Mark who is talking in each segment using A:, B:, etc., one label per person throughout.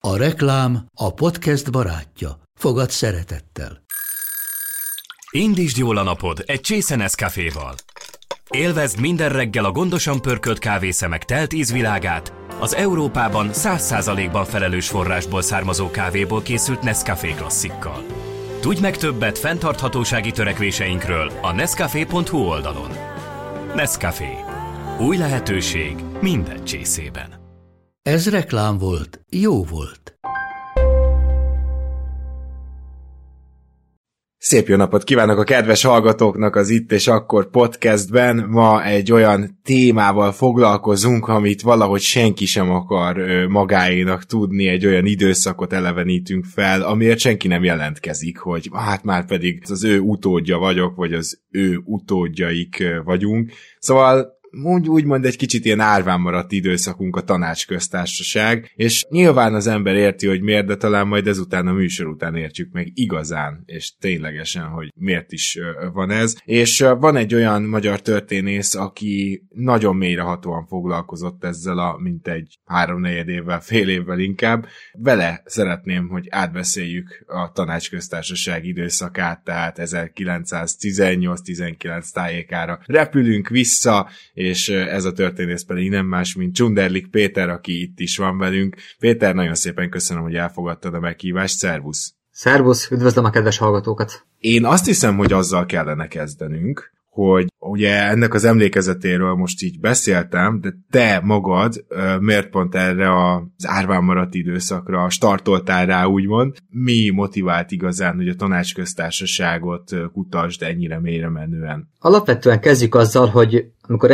A: A reklám a podcast barátja. Fogad szeretettel.
B: Indítsd jól a napod egy csésze Nescaféval. Élvezd minden reggel a gondosan pörkölt kávészemek telt ízvilágát, az Európában 100%-ban felelős forrásból származó kávéból készült Nescafé klasszikkal. Tudj meg többet fenntarthatósági törekvéseinkről a nescafé.hu oldalon. Nescafé. Új lehetőség minden csészében.
A: Ez reklám volt, jó volt.
C: Szép jó napot kívánok a kedves hallgatóknak az Itt és Akkor podcastben. Ma egy olyan témával foglalkozunk, amit valahogy senki sem akar magáénak tudni, egy olyan időszakot elevenítünk fel, amiért senki nem jelentkezik, hogy hát már pedig az ő utódja vagyok, vagy az ő utódjaik vagyunk. Szóval úgymond egy kicsit ilyen árván maradt időszakunk a Tanácsköztársaság, és nyilván az ember érti, hogy miért, de talán majd ezután a műsor után értjük meg igazán, és ténylegesen, hogy miért is van ez. És van egy olyan magyar történész, aki nagyon mélyrehatóan foglalkozott ezzel a mintegy 3-4 évvel, fél évvel inkább. Vele szeretném, hogy átbeszéljük a Tanácsköztársaság időszakát, tehát 1918-19 tájékára repülünk vissza, és ez a történész pedig nem más, mint Csunderlik Péter, aki itt is van velünk. Péter, nagyon szépen köszönöm, hogy elfogadtad a meghívást. Szervusz!
D: Szervusz, üdvözlöm a kedves hallgatókat!
C: Én azt hiszem, hogy azzal kellene kezdenünk, hogy ugye ennek az emlékezetéről most így beszéltem, de te magad miért pont erre az árván maradt időszakra startoltál rá, úgymond? Mi motivált igazán, hogy a Tanácsköztársaságot kutasd ennyire mélyre menően?
D: Alapvetően kezdjük azzal, hogy amikor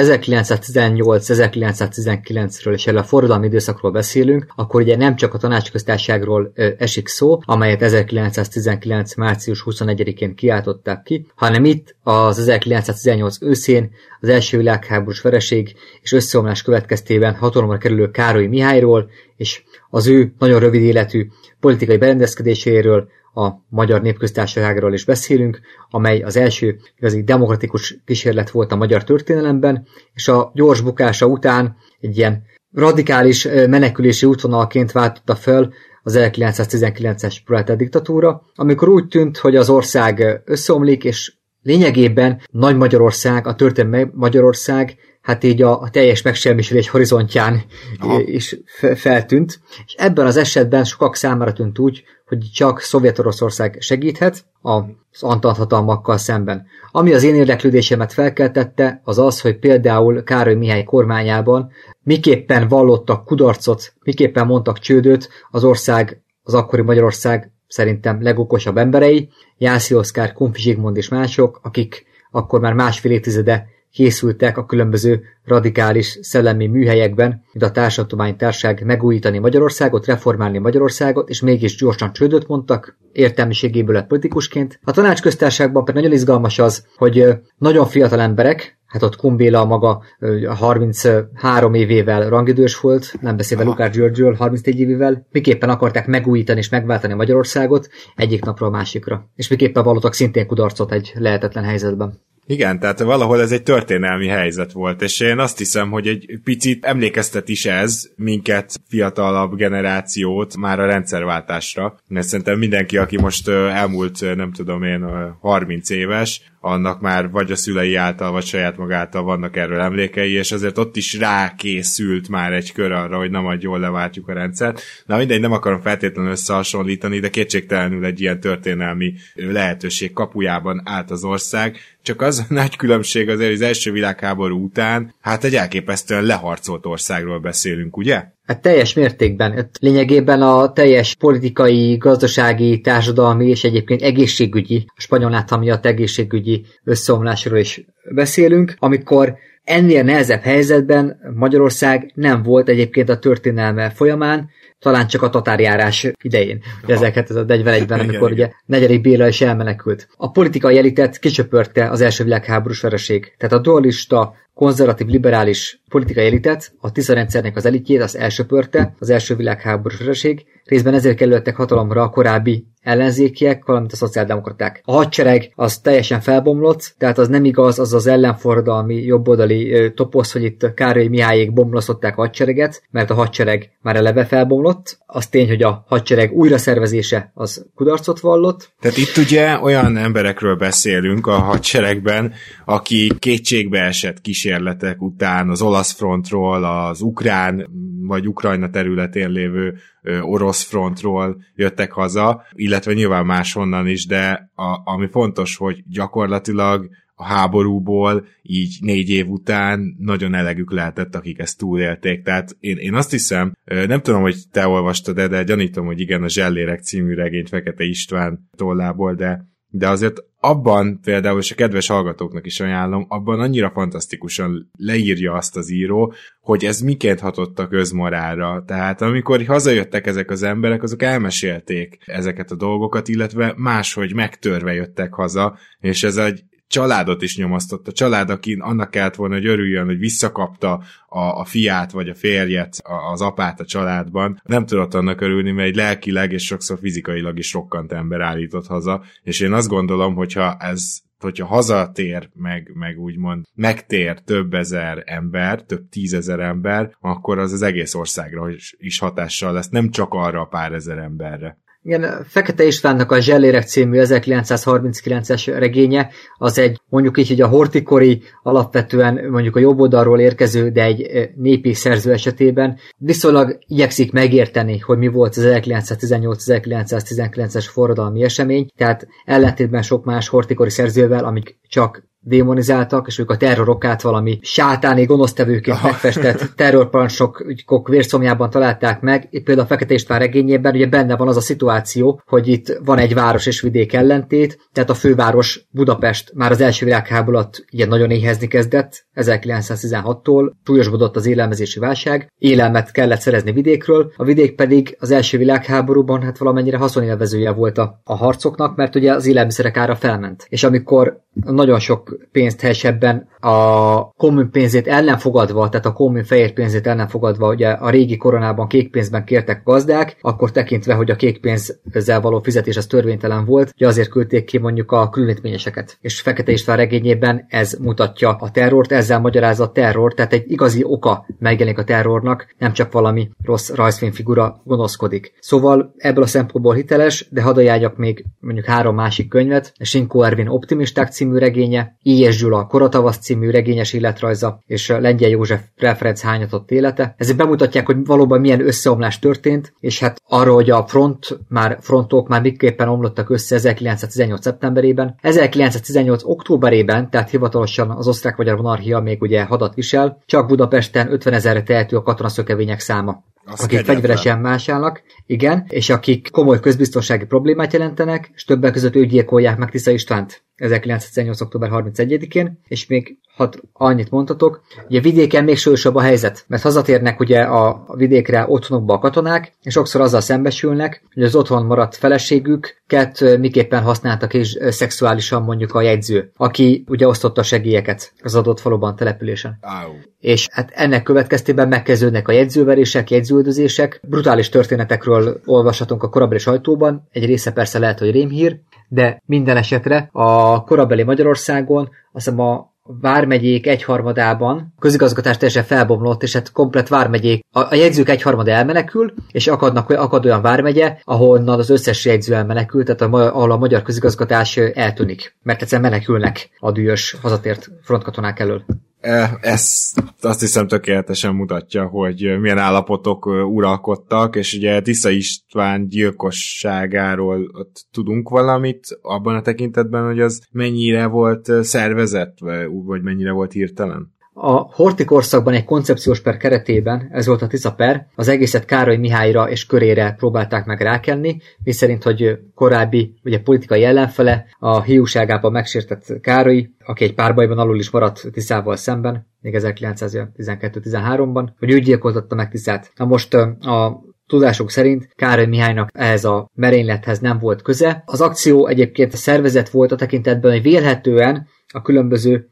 D: 1918-1919-ről és erről a forradalmi időszakról beszélünk, akkor ugye nem csak a Tanácsköztársaságról esik szó, amelyet 1919. március 21-én kiáltották ki, hanem itt az 1918 őszén az első világháborús vereség és összeomlás következtében hatalomra kerülő Károly Mihályról és az ő nagyon rövid életű politikai berendezkedéséről, a Magyar Népköztársaságról is beszélünk, amely az első igazi demokratikus kísérlet volt a magyar történelemben, és a gyors bukása után egy ilyen radikális menekülési útvonalként váltotta fel az 1919-es proletár diktatúra, amikor úgy tűnt, hogy az ország összeomlik, és lényegében Nagy Magyarország, a történelmi Magyarország, hát így a teljes megsemmisülés horizontján is feltűnt, és ebben az esetben sokak számára tűnt úgy, hogy csak Szovjet-Oroszország segíthet az antant hatalmakkal szemben. Ami az én érdeklődésemet felkeltette, az az, hogy például Károly Mihály kormányában miképpen vallottak kudarcot, miképpen mondtak csődöt az akkori Magyarország szerintem legokosabb emberei, Jászi Oszkár, Kunfi Zsigmond és mások, akik akkor már másfél évtizede készültek a különböző radikális szellemi műhelyekben, mint a Társadalomtudománytársaság megújítani Magyarországot, reformálni Magyarországot, és mégis gyorsan csődöt mondtak, értelmiségéből lett politikusként. A Tanácsköztársaságban pedig nagyon izgalmas az, hogy nagyon fiatal emberek, hát ott Kun Béla maga 33 évével rangidős volt, nem beszélve Lukács Györgyről 34 évével, miképpen akarták megújítani és megváltani Magyarországot egyik napról a másikra. És miképpen vallottak szintén kudarcot egy lehetetlen helyzetben.
C: Igen, tehát valahol ez egy történelmi helyzet volt, és én azt hiszem, hogy egy picit emlékeztet is ez minket, fiatalabb generációt már a rendszerváltásra, mert szerintem mindenki, aki most elmúlt, nem tudom én, 30 éves, annak már vagy a szülei által, vagy saját magától vannak erről emlékei, és azért ott is rákészült már egy kör arra, hogy na majd jól leváltjuk a rendszert. Na mindegy, nem akarom feltétlenül összehasonlítani, de kétségtelenül egy ilyen történelmi lehetőség kapujában állt az ország, csak az a nagy különbség azért, az első világháború után, hát egy elképesztően leharcolt országról beszélünk, ugye?
D: Hát teljes mértékben. Lényegében a teljes politikai, gazdasági, társadalmi és egyébként egészségügyi, a spanyol áthan miatt egészségügyi összeomlásról is beszélünk, amikor ennél nehezebb helyzetben Magyarország nem volt egyébként a történelme folyamán, talán csak a tatárjárás idején, 1941-ben, amikor ugye Negyedik Béla is elmenekült. A politikai elitet kicsöpörte az első világháborús vereség. Tehát a dualista, konzervatív, liberális politikai elitet, a Tisza rendszernek az elitjét, az elsöpörte az első világháborús vereség. Részben ezért kerültek hatalomra a korábbi ellenzékiek, valamint a szociáldemokraták. A hadsereg az teljesen felbomlott, tehát az nem igaz, az az ellenforradalmi jobboldali toposz, hogy itt Károly Mihályék bomlasztották a hadsereget, mert a hadsereg már eleve felbomlott. az tény, hogy a hadsereg újraszervezése az kudarcot vallott.
C: Tehát itt ugye olyan emberekről beszélünk a hadseregben, aki kétségbe esett kísérletek után az olasz frontról, az ukrán vagy Ukrajna területén lévő orosz frontról jöttek haza, illetve nyilván máshonnan is, de ami fontos, hogy gyakorlatilag a háborúból így 4 év után nagyon elegük lehetett, akik ezt túlélték. Tehát én azt hiszem, nem tudom, hogy te olvastad-e, de gyanítom, hogy igen, a Zsellérek című regényt Fekete István tollából, de azért abban például, és a kedves hallgatóknak is ajánlom, abban annyira fantasztikusan leírja azt az író, hogy ez miként hatott a közmorálra. Tehát amikor hazajöttek ezek az emberek, azok elmesélték ezeket a dolgokat, illetve máshogy megtörve jöttek haza, és ez egy családot is nyomasztott. A család, aki annak kellett volna, hogy örüljön, hogy visszakapta a fiát vagy a férjet, az apát a családban, nem tudott annak örülni, mert egy lelkileg és sokszor fizikailag is rokkant ember állított haza, és én azt gondolom, hogyha hazatér, meg úgymond megtér több ezer ember, több 10 000 ember, akkor az egész országra is hatással lesz, nem csak arra a pár ezer emberre.
D: Igen, Fekete Istvánnak a Zsellérek című 1939-es regénye, az egy mondjuk így, hogy a hortikori, alapvetően mondjuk a jobb oldalról érkező, de egy népi szerző esetében viszonylag igyekszik megérteni, hogy mi volt az 1918-1919-es forradalmi esemény, tehát ellentétben sok más hortikori szerzővel, amik csak démonizáltak, és ők a terrorokát valami sátáni gonosztevőként megfestett terrorparancsnokok vérszomjában találták meg. Itt például a Fekete István regényében ugye benne van az a szituáció, hogy itt van egy város és vidék ellentét, tehát a főváros Budapest már az első világháború alatt ugye nagyon éhezni kezdett, 1916-tól súlyosbodott az élelmezési válság, élelmet kellett szerezni vidékről, a vidék pedig az első világháborúban hát valamennyire haszonélvezője volt a harcoknak, mert ugye az élelmiszerek ára felment. És amikor nagyon sok pénzt helyesebben a kommun pénzét ellenfogadva, tehát a kommun fehér pénzét ellenfogadva, ugye a régi koronában kékpénzben kértek gazdák, akkor tekintve, hogy a kékpénzzel való fizetés az törvénytelen volt, ugye azért küldték ki mondjuk a különítményeseket. És Fekete István regényében ez mutatja a terrort, ezzel magyarázza a terror, tehát egy igazi oka megjelenik a terrornak, nem csak valami rossz rajzfilmfigura gonoszkodik. Szóval ebből a szempontból hiteles, de hadd ajánljak még mondjuk 3 másik könyvet, a Sinkó Ervin Optimisták című regénye, I.S. Gyula Koratavasz című regényes életrajza, és Lengyel József Preferenc hányatott élete. Ezek bemutatják, hogy valóban milyen összeomlás történt, és hát arról, hogy a frontok már miképpen omlottak össze 1918. szeptemberében. 1918. októberében, tehát hivatalosan az osztrák-magyar monarchia még ugye hadat visel, csak Budapesten 50 000-re tehető a katonaszökevények száma. Akik fegyveresen másolnak, igen, és akik komoly közbiztonsági problémát jelentenek, és többek között ők gyilkolják meg Tisza Istvánt 1918. október 31-én, és még annyit mondhatok, ugye vidéken még súlyosabb a helyzet, mert hazatérnek ugye a vidékre otthonokba a katonák, és sokszor azzal szembesülnek, hogy az otthon maradt feleségüket miképpen használtak és szexuálisan mondjuk a jegyző, aki ugye osztotta a segélyeket az adott faluban, településen. És hát ennek következtében megkezdődnek a jegyzőverések, jegyzőüldözések, brutális történetekről olvashatunk a korabeli sajtóban, egy része persze lehet, hogy rémhír, de minden esetre a korabeli Magyarországon azt hiszem a vármegyék 1/3 közigazgatás teljesen felbomlott, és hát komplet vármegyék, a jegyzők 1/3 elmenekül, és akad olyan vármegye, ahonnan az összes jegyző elmenekül, tehát ahol a magyar közigazgatás eltűnik, mert egyszerűen menekülnek a dühös hazatért frontkatonák elől.
C: Ez azt hiszem tökéletesen mutatja, hogy milyen állapotok uralkodtak, és ugye Tisza István gyilkosságáról ott tudunk valamit abban a tekintetben, hogy az mennyire volt szervezett, vagy mennyire volt hirtelen?
D: A Horthy korszakban egy koncepciós per keretében, ez volt a Tisza per, az egészet Károly Mihályra és körére próbálták meg rákenni, miszerint, hogy korábbi ugye, politikai ellenfele, a hiúságában megsértett Károly, aki egy párbajban alul is maradt Tiszával szemben, még 1912-13-ban, hogy ő gyilkoltatta meg Tiszát. Na most a tudások szerint Károly Mihálynak ehhez a merénylethez nem volt köze. Az akció egyébként szervezett volt a tekintetben, hogy vélhetően a különböző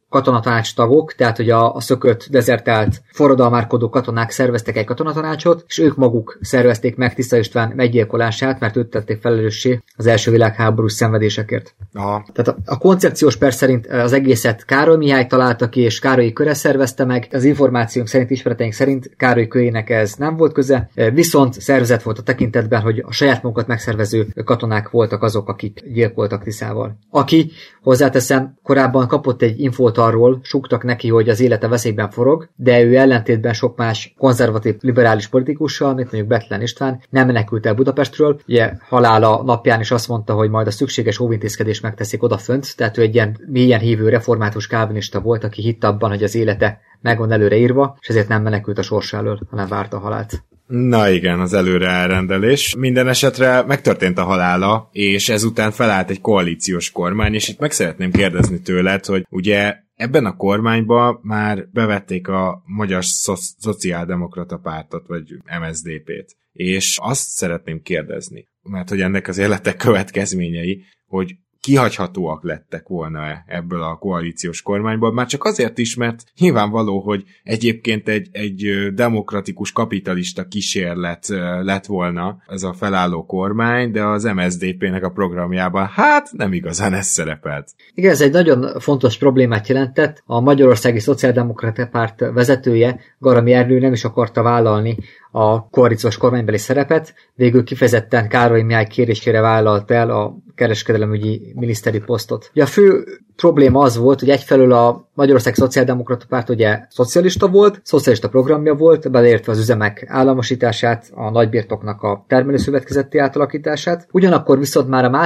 D: katonatanács tagok, tehát hogy a szökött, dezertált, forradalmárkodó katonák szerveztek egy katonatanácsot, és ők maguk szervezték meg Tisza István meggyilkolását, mert őt tették felelőssé az első világháborús szenvedésekért.
C: Aha.
D: Tehát a koncepciós per szerint az egészet Károly Mihály találta ki, és Károlyi köre szervezte meg. Az információnk szerint, ismereteink szerint Károly körének ez nem volt köze, viszont szervezet volt a tekintetben, hogy a saját magukat megszervező katonák voltak azok, akik gyilkoltak Tiszával. Aki, hozzáteszem, korábban kapott egy infót arról, súgtak neki, hogy az élete veszélyben forog, de ő ellentétben sok más konzervatív liberális politikussal, mint mondjuk Bethlen István, nem menekült el Budapestről. Ugye halála napján is azt mondta, hogy majd a szükséges óvintézkedést megteszik odafönt, tehát ő egy ilyen mélyen hívő református kálvinista volt, aki hitt abban, hogy az élete meg van előre írva, és ezért nem menekült a sorsa elől, hanem várta a halált.
C: Na igen, az előre elrendelés. Minden esetre megtörtént a halála, és ezután felállt egy koalíciós kormány, és itt meg szeretném kérdezni tőled, hogy ugye ebben a kormányban már bevették a Magyar Szociáldemokrata Pártot, vagy MSZDP-t. És azt szeretném kérdezni, mert hogy ennek az életek következményei, hogy kihagyhatóak lettek volna ebből a koalíciós kormányból, már csak azért is, mert nyilvánvaló, hogy egyébként egy demokratikus kapitalista kísérlet lett volna ez a felálló kormány, de az MSZDP-nek a programjában hát nem igazán ez szerepelt.
D: Igen, ez egy nagyon fontos problémát jelentett. A Magyarországi Szociáldemokrata Párt vezetője, Garami Ernő nem is akarta vállalni a koalíciós kormánybeli szerepet, végül kifejezetten Károly Mihály kérésére vállalt el a kereskedelemügyi miniszteri posztot. Ugye a fő probléma az volt, hogy egyfelől a Magyarország Szociáldemokrata Párt ugye szocialista volt, szocialista programja volt, beleértve az üzemek államosítását, a nagybirtoknak a termelőszövetkezeti átalakítását. Ugyanakkor viszont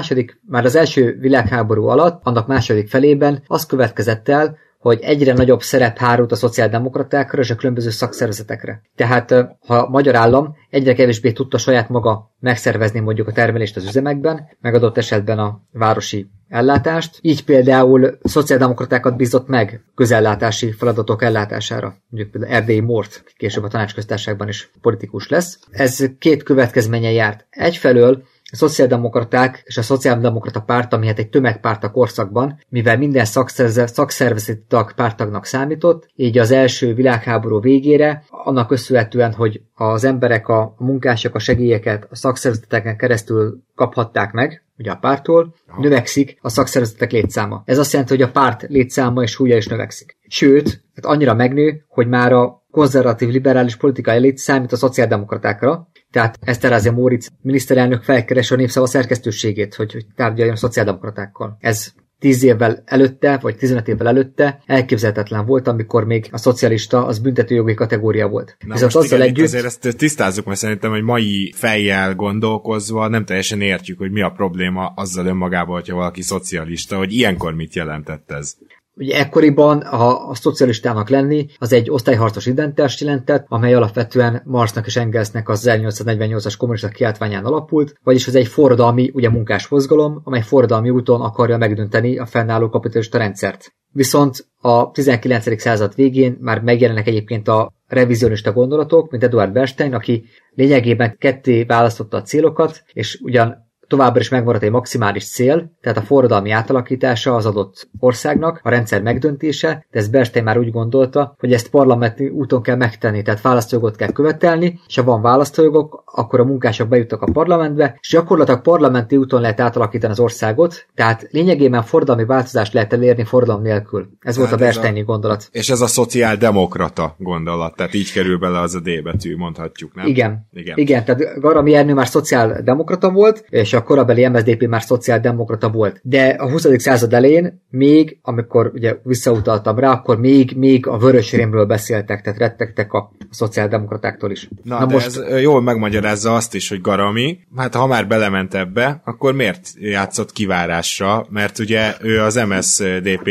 D: már az első világháború alatt, annak második felében az következett el, hogy egyre nagyobb szerep hárult a szociáldemokratákra és a különböző szakszervezetekre. Tehát ha a magyar állam egyre kevésbé tudta saját maga megszervezni mondjuk a termelést az üzemekben, megadott esetben a városi ellátást, így például szociáldemokratákat bízott meg közellátási feladatok ellátására. Mondjuk például Erdélyi Mórt, később a Tanácsköztárságban is politikus lesz. Ez két következménye járt. Egyfelől a szociáldemokraták és a szociáldemokrata párt, ami hát egy tömegpárt a korszakban, mivel minden szakszervezeti tag párttagnak számított, így az első világháború végére, annak köszönhetően, hogy az emberek, a munkások a segélyeket a szakszervezeteken keresztül kaphatták meg, ugye a pártól, növekszik a szakszervezetek létszáma. Ez azt jelenti, hogy a párt létszáma és súlya is növekszik. Sőt, hát annyira megnő, hogy már a konzervatív liberális politikai elit számít a szociáldemokratákra, tehát Eszterházy Móricz miniszterelnök felkeresi a Népszava szerkesztőségét, hogy tárgyaljon a szociáldemokratákkal. Ez 10 évvel előtte, vagy 15 évvel előtte elképzelhetetlen volt, amikor még a szocialista az büntetőjogi kategória volt.
C: Na viszont most igen, együtt... azért ezt tisztázzuk, mert szerintem, hogy mai fejjel gondolkozva nem teljesen értjük, hogy mi a probléma azzal önmagában, hogyha valaki szocialista, hogy ilyenkor mit jelentett ez.
D: Ugye ekkoriban a szocialistának lenni az egy osztályharcos identitást jelentett, amely alapvetően Marxnak és Engelsnek az 1848-as kommunista kiáltványán alapult, vagyis az egy forradalmi, ugye munkás mozgalom, amely forradalmi úton akarja megdönteni a fennálló kapitalista rendszert. Viszont a 19. század végén már megjelennek egyébként a revizionista gondolatok, mint Eduard Bernstein, aki lényegében ketté választotta a célokat, és ugyan továbbra is megmaradt egy maximális cél, tehát a forradalmi átalakítása az adott országnak, a rendszer megdöntése, de ezt Bernstein már úgy gondolta, hogy ezt parlamenti úton kell megtenni, tehát választójogot kell követelni, és ha van választójogok, akkor a munkások bejutnak a parlamentbe, és gyakorlatilag parlamenti úton lehet átalakítani az országot, tehát lényegében forradalmi változást lehet elérni forradalom nélkül. Ez volt a Bernsteini gondolat.
C: És ez a szociáldemokrata gondolat, tehát így kerül bele az a D betű, mondhatjuk, nem?
D: Igen, tehát Garami Ernő már szociáldemokrata volt, és a korabeli MSZDP már szociáldemokrata volt. De a 20. század elején még, amikor ugye visszautaltam rá, akkor még a vörösrémről beszéltek, tehát rettegtek a szociáldemokratáktól is.
C: Na de most... ez jól megmagyarázza azt is, hogy Garami, hát ha már belement ebbe, akkor miért játszott kivárásra? Mert ugye ő az MSZDP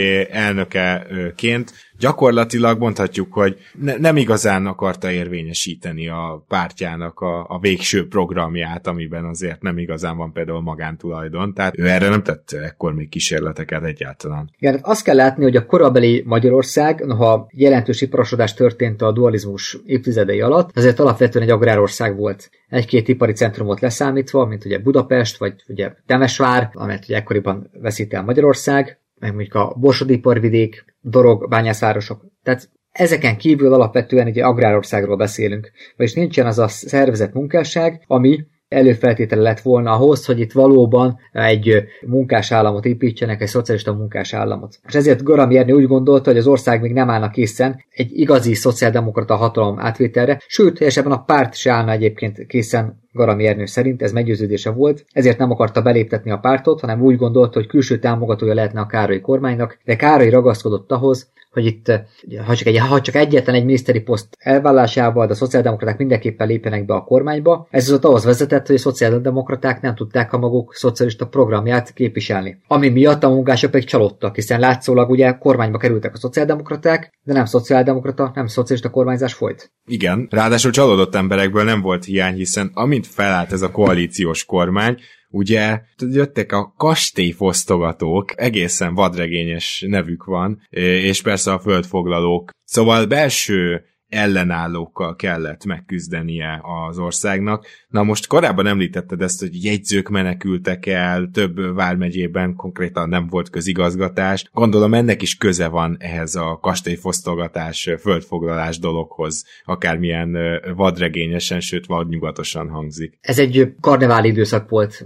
C: elnökeként gyakorlatilag mondhatjuk, hogy nem igazán akarta érvényesíteni a pártjának a végső programját, amiben azért nem igazán van például magántulajdon, tehát ő erre nem tett ekkor még kísérleteket egyáltalán.
D: Igen, azt kell látni, hogy a korabeli Magyarország, noha jelentős iparosodás történt a dualizmus évtizedei alatt, azért alapvetően egy agrárország volt. Egy-két ipari centrumot leszámítva, mint ugye Budapest, vagy ugye Temesvár, amelyet ugye ekkoriban veszít el Magyarország, meg mondjuk a borsodi iparvidék, Dorog, bányászvárosok. Tehát ezeken kívül alapvetően egy agrárországról beszélünk, vagyis nincsen az a szervezett munkásság, ami előfeltétele lett volna ahhoz, hogy itt valóban egy munkásállamot építsenek, egy szocialista munkásállamot. És ezért Goram Jerny úgy gondolta, hogy az ország még nem állna készen egy igazi szociáldemokrata hatalom átvételre, sőt, helyesebben a párt se állna egyébként készen Goram Jerny szerint, ez meggyőződése volt, ezért nem akarta beléptetni a pártot, hanem úgy gondolta, hogy külső támogatója lehetne a Károlyi kormánynak, de Károly ragaszkodott ahhoz, hogy itt, ha csak egyetlen egy miniszteri poszt elvállásával, de a szociáldemokraták mindenképpen lépjenek be a kormányba, ez az ahhoz vezetett, hogy a szociáldemokraták nem tudták a maguk szocialista programját képviselni. Ami miatt a munkások pedig csalódtak, hiszen látszólag ugye kormányba kerültek a szociáldemokraták, de nem szociáldemokrata, nem szocialista kormányzás folyt.
C: Igen, ráadásul csalódott emberekből nem volt hiány, hiszen amint felállt ez a koalíciós kormány, ugye jöttek a kastélyfosztogatók, egészen vadregényes nevük van, és persze a földfoglalók. Szóval belső ellenállókkal kellett megküzdenie az országnak. Na most korábban említetted ezt, hogy jegyzők menekültek el, több vármegyében konkrétan nem volt közigazgatás. Gondolom ennek is köze van ehhez a kastélyfosztogatás, földfoglalás dologhoz, akármilyen vadregényesen, sőt vadnyugatosan hangzik.
D: Ez egy karneváli időszak volt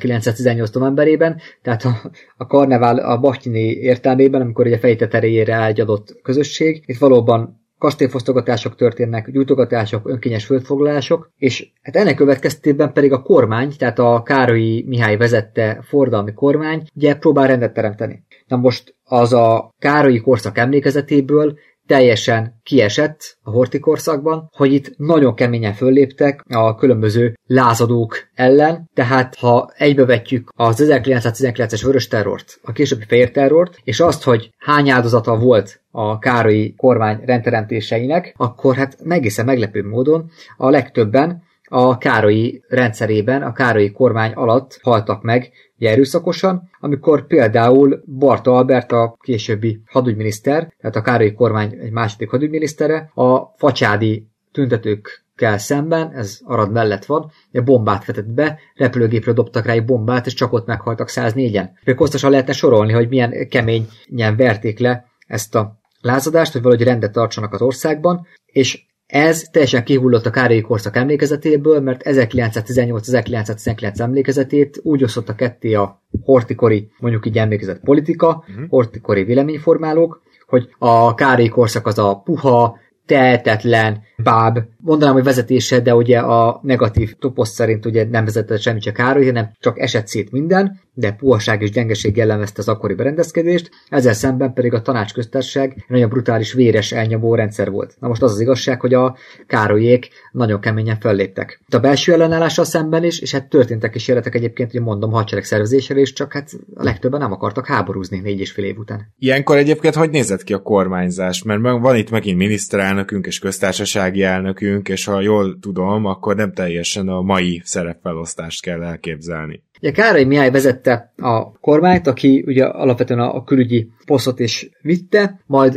D: 1918 novemberében, tehát a karnevál a bahtini értelmében, amikor ugye fejtett erejére áll egy adott közösség, itt valóban kastélyfosztogatások történnek, gyújtogatások, önkényes földfoglalások, és hát ennek következtében pedig a kormány, tehát a Károlyi Mihály vezette forradalmi kormány, ugye próbál rendet teremteni. Na most az a Károlyi korszak emlékezetéből teljesen kiesett a Horthy korszakban, hogy itt nagyon keményen fölléptek a különböző lázadók ellen, tehát ha egybevetjük az 1919-es vörös terrort, a későbbi fehér terrort, és azt, hogy hány áldozata volt a Károlyi kormány rendteremtéseinek, akkor hát egészen meglepő módon a legtöbben a Károlyi rendszerében, a Károlyi kormány alatt haltak meg erőszakosan, amikor például Barta Albert, a későbbi hadügyminiszter, tehát a Károlyi kormány egy második hadügyminisztere, a facsádi tüntetőkkel szemben, ez Arad mellett van, egy bombát vetett be, repülőgépről dobtak rá egy bombát, és csak ott meghaltak 104-en. Hosszasan lehetne sorolni, hogy milyen keményen verték le ezt a lázadást, hogy valahogy rendet tartsanak az országban, és ez teljesen kihullott a Károlyi korszak emlékezetéből, mert 1918-1919 emlékezetét úgy osztotta ketté a horthykori, mondjuk így emlékezett politika, horthykori véleményformálók, hogy a Károlyi korszak az a puha, tehetetlen, báb, mondanám, hogy vezetése, de ugye a negatív toposz szerint ugye nem vezetett semmit csak Károly, hanem csak esett szét minden, de puhaság és gyengeség jellemezte az akkori berendezkedést, ezzel szemben pedig a tanácsköztársaság nagyon brutális, véres, elnyomó rendszer volt. Na most az az igazság, hogy a Károlyék nagyon keményen felléptek. A belső ellenállással szemben is, és hát történtek kísérletek egyébként, hogy mondom, hadsereg szervezésére is, csak hát a legtöbben nem akartak háborúzni 4,5 év után.
C: Ilyenkor egyébként hogy nézett ki a kormányzás? Mert van itt megint miniszterelnökünk és köztársasági elnökünk, és ha jól tudom, akkor nem teljesen a mai szerepfelosztást kell elképzelni.
D: Ugye Károly Mihály vezette a kormányt, aki ugye alapvetően a külügyi posztot is vitte, majd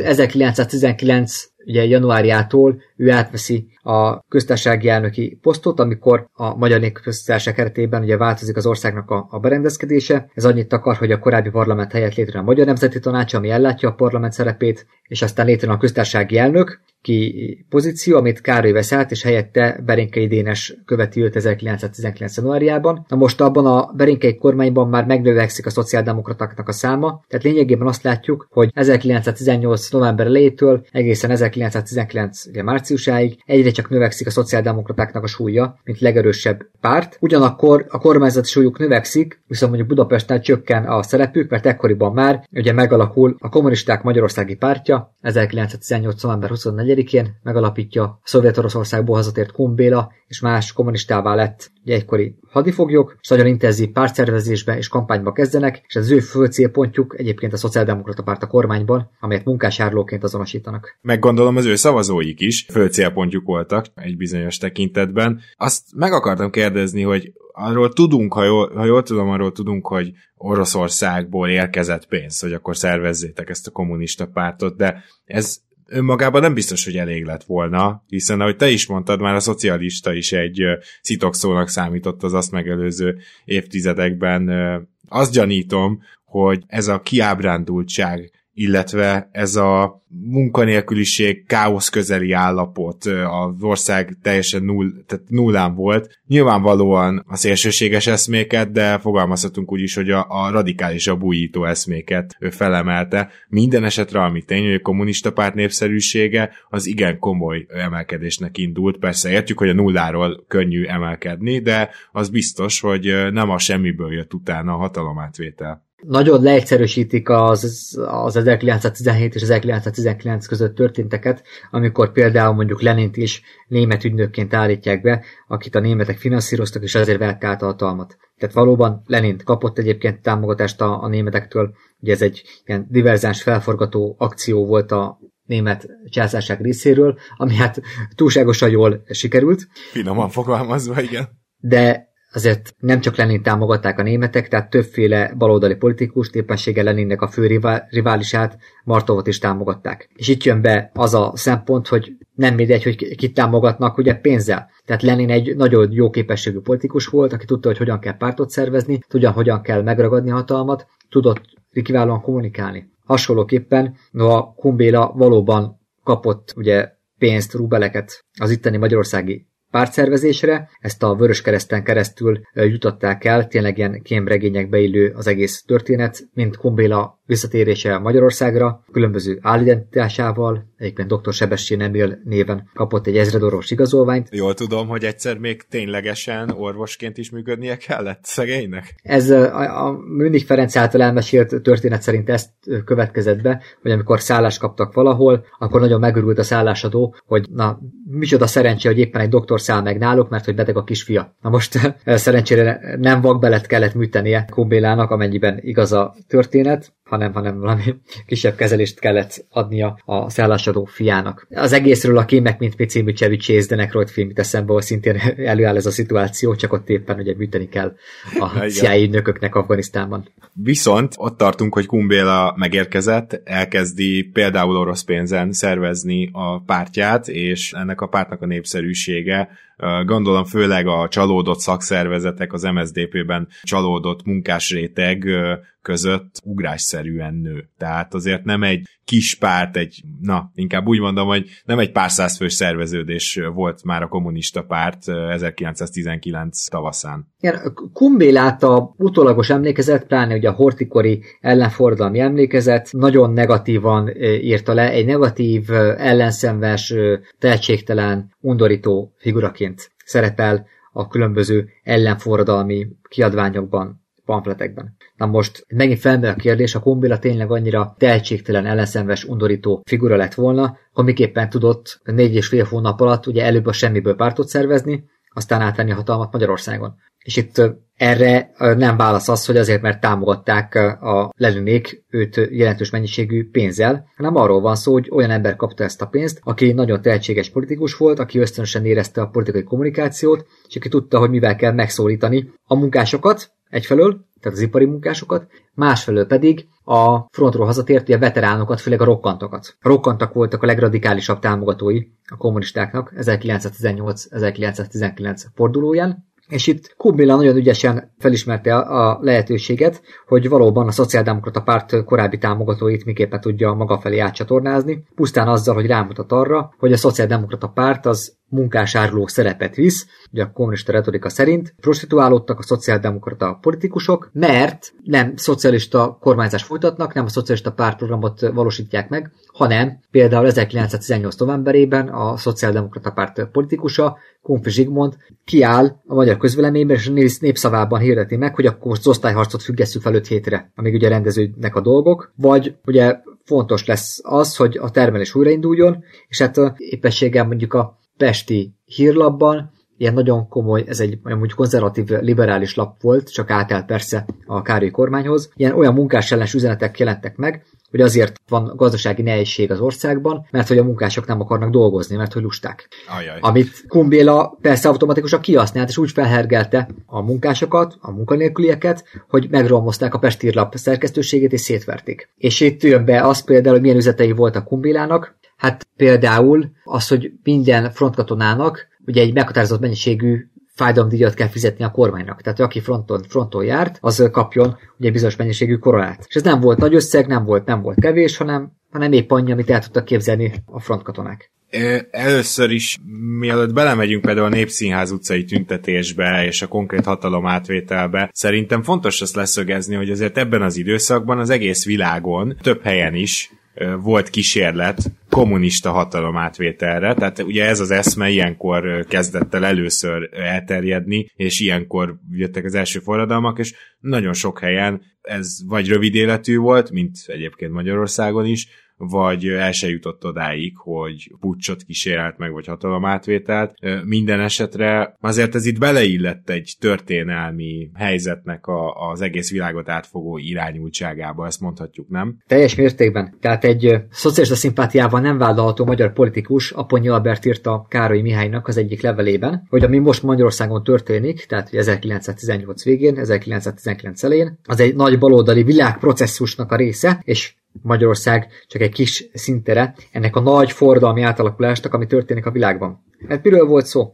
D: 1919 ugye januárjától ő átveszi a köztársasági elnöki posztot, amikor a Magyar Népköztársaság keretében ugye változik az országnak a berendezkedése. Ez annyit akar, hogy a korábbi parlament helyett létrejön a Magyar Nemzeti Tanács, ami ellátja a parlament szerepét, és aztán létrejön a köztársasági elnök pozíció, amit Károly vesz át, és helyette Berénkei Dénes követi őt 1919. januárjában. Na most abban a Berénkei kormányban már megnövekszik a szociáldemokratáknak a száma, tehát lényegében azt látjuk, hogy 1918. november elejétől egészen 1919. márciusáig egyre csak növekszik a szociáldemokratáknak a súlya, mint legerősebb párt. Ugyanakkor a kormányzati súlyuk növekszik, viszont mondjuk Budapesten csökken a szerepük, mert ekkoriban már ugye megalakul a Kommunisták Magyarországi Pártja, 1918. november 24-én megalapítja a Szovjet-Oroszországból hazatért Kun Béla, és más kommunistává lett ugye egykori hadifoglyok, és nagyon intenzív pártszervezésbe és kampányba kezdenek, és az ő fő célpontjuk egyébként a Szociáldemokrata Párt a kormányban, amelyet munkásárlóként azonosítanak.
C: Meggondolom, az ő szavazóik is fő célpontjuk voltak egy bizonyos tekintetben. Azt meg akartam kérdezni, hogy arról tudunk, ha jól tudom, arról tudunk, hogy Oroszországból érkezett pénz, hogy akkor szervezzétek ezt a kommunista pártot, de ez önmagában nem biztos, hogy elég lett volna, hiszen ahogy te is mondtad, már a szocialista is egy szitokszónak számított az azt megelőző évtizedekben. Azt gyanítom, hogy ez a kiábrándultság, illetve ez a munkanélküliség, káosz közeli állapot, az ország teljesen nullán volt. Nyilvánvalóan a szélsőséges eszméket, de fogalmazhatunk úgy is, hogy a radikálisabb újító eszméket felemelte. Minden esetre, ami tény, hogy a kommunista párt népszerűsége az igen komoly emelkedésnek indult. Persze értjük, hogy a nulláról könnyű emelkedni, de az biztos, hogy nem a semmiből jött utána a hatalomátvétel.
D: Nagyon leegyszerűsítik az 1917 és 1919 között történteket, amikor például mondjuk Lenint is német ügynökként állítják be, akit a németek finanszíroztak, és ezért vette át a hatalmat. Tehát valóban Lenint kapott egyébként támogatást a németektől, ugye ez egy ilyen diverzáns felforgató akció volt a német császárság részéről, ami hát túlságosan jól sikerült.
C: Finoman fogalmazva, igen.
D: De azért nem csak Lenin támogatták a németek, tehát többféle baloldali politikust, éppenséggel Leninnek a fő riválisát, Martovot is támogatták. És itt jön be az a szempont, hogy nem mindegy, hogy kit támogatnak, ugye pénzzel. Tehát Lenin egy nagyon jó képességű politikus volt, aki tudta, hogy hogyan kell pártot szervezni, tudja, hogyan kell megragadni a hatalmat, tudott kiválóan kommunikálni. Hasonlóképpen a Kumbéla valóban kapott ugye pénzt, rubeleket az itteni magyarországi pártszervezésre, ezt a Vöröskereszten keresztül jutották el, tényleg ilyen kémregényekbe illő az egész történet, mint Kumbéla visszatérése Magyarországra, különböző állidentitásával, egyébként dr. Sebestyén Emil néven kapott egy ezredoros igazolványt.
C: Jól tudom, hogy egyszer még ténylegesen orvosként is működnie kellett szegénynek?
D: Ez a Münich Ferenc által elmesélt történet szerint ezt következett be, hogy amikor szállást kaptak valahol, akkor nagyon megörült a szállásadó, hogy na, micsoda szerencsé, hogy éppen egy doktor száll meg náluk, mert hogy beteg a kisfia. Na most szerencsére nem vakbelet kellett műtenie Kumbélának, amennyiben igaz a történet, hanem valami kisebb kezelést kellett adnia a szállásadó fiának. Az egészről a Kémek mint Pici című Chevy Chase de Neckroyd film jut eszembe, ahol szintén előáll ez a szituáció, csak ott éppen ugye műteni kell a CIA ügynököknek Afganisztánban.
C: Viszont ott tartunk, hogy Kumbéla megérkezett, elkezdi például orosz pénzen szervezni a pártját, és ennek a pártnak a népszerűsége, gondolom főleg a csalódott szakszervezetek, az MSZDP-ben csalódott munkásréteg között ugrásszerűen nő. Tehát azért nem egy kis párt, inkább úgy mondom, hogy nem egy pár százfős szerveződés volt már a kommunista párt 1919 tavaszán.
D: Igen, Kumbélát a utólagos emlékezet, pláne ugye a horthy-kori ellenforradalmi emlékezet nagyon negatívan írta le, egy negatív, ellenszenves, tehetségtelen, undorító figuraként szerepel a különböző ellenforradalmi kiadványokban, pamfletekben. Na most megint felmerül a kérdés, a Kumbéla tényleg annyira tehetségtelen, ellenszenves, undorító figura lett volna, amiképpen tudott 4,5 hónap alatt ugye előbb a semmiből pártot szervezni, aztán átvenni a hatalmat Magyarországon. És itt erre nem válasz az, hogy azért, mert támogatták a Leninék őt jelentős mennyiségű pénzzel, hanem arról van szó, hogy olyan ember kapta ezt a pénzt, aki nagyon tehetséges politikus volt, aki ösztönösen érezte a politikai kommunikációt, és aki tudta, hogy mivel kell megszólítani a munkásokat egyfelől, tehát az ipari munkásokat, másfelől pedig a frontról hazatért a veteránokat, főleg a rokkantokat. A rokkantak voltak a legradikálisabb támogatói a kommunistáknak 1918-1919 fordulóján, és itt Kumbéla nagyon ügyesen felismerte a lehetőséget, hogy valóban a szociáldemokrata párt korábbi támogatóit miképpen tudja maga felé átcsatornázni, pusztán azzal, hogy rámutat arra, hogy a szociáldemokrata párt az munkásáruló szerepet visz, ugye a kommunista retorika szerint prostituálódtak a szociáldemokrata politikusok, mert nem szocialista kormányzást folytatnak, nem a szocialista pártprogramot valósítják meg, hanem például 1918. novemberében a szociáldemokrata párt politikusa, Kunfi Zsigmond kiáll a magyar közvéleményben, és a népszavában hirdeti meg, hogy akkor az osztályharcot függesszük fel 5 hétre, amíg ugye rendeződnek a dolgok, vagy ugye fontos lesz az, hogy a termelés újrainduljon, és hát éppességgel mondjuk a Pesti Hírlapban, ilyen nagyon komoly, ez egy mondjuk konzervatív, liberális lap volt, csak átállt persze a Károlyi kormányhoz. Ilyen olyan munkásellenes üzenetek jelentek meg, hogy azért van gazdasági nehézség az országban, mert hogy a munkások nem akarnak dolgozni, mert hogy lusták.
C: Ajaj.
D: Amit Kumbéla persze automatikusan kihasznált, és úgy felhergelte a munkásokat, a munkanélkülieket, hogy megromozták a Pesti Hírlap szerkesztőségét, és szétverték. És itt jön be az például, hogy milyen üzetei voltak Kumbélának. Hát például az, hogy minden frontkatonának ugye egy meghatározott mennyiségű fájdalomdíjat kell fizetni a kormánynak. Tehát aki fronton járt, az kapjon ugye bizonyos mennyiségű koronát. És ez nem volt nagy összeg, nem volt kevés, hanem épp annyi, amit el tudtak képzelni a frontkatonák.
C: Először is, mielőtt belemegyünk például a Népszínház utcai tüntetésbe és a konkrét hatalomátvételbe, szerintem fontos azt leszögezni, hogy azért ebben az időszakban az egész világon, több helyen is volt kísérlet kommunista hatalomátvételre, tehát ugye ez az eszme ilyenkor kezdett el először elterjedni, és ilyenkor jöttek az első forradalmak, és nagyon sok helyen ez vagy rövid életű volt, mint egyébként Magyarországon is, vagy el se jutott odáig, hogy puccsot kísérelt meg, vagy hatalomátvételt. Minden esetre azért ez itt beleillett egy történelmi helyzetnek az egész világot átfogó irányultságába, ezt mondhatjuk, nem?
D: Teljes mértékben. Tehát egy szocialista szimpátiával nem vállalható magyar politikus, Aponyi Albert írta Károly Mihálynak az egyik levelében, hogy ami most Magyarországon történik, tehát 1918 végén, 1919 elején, az egy nagy baloldali világprocesszusnak a része, és Magyarország csak egy kis szintere ennek a nagy forradalmi átalakulásnak, ami történik a világban. Hát miről volt szó?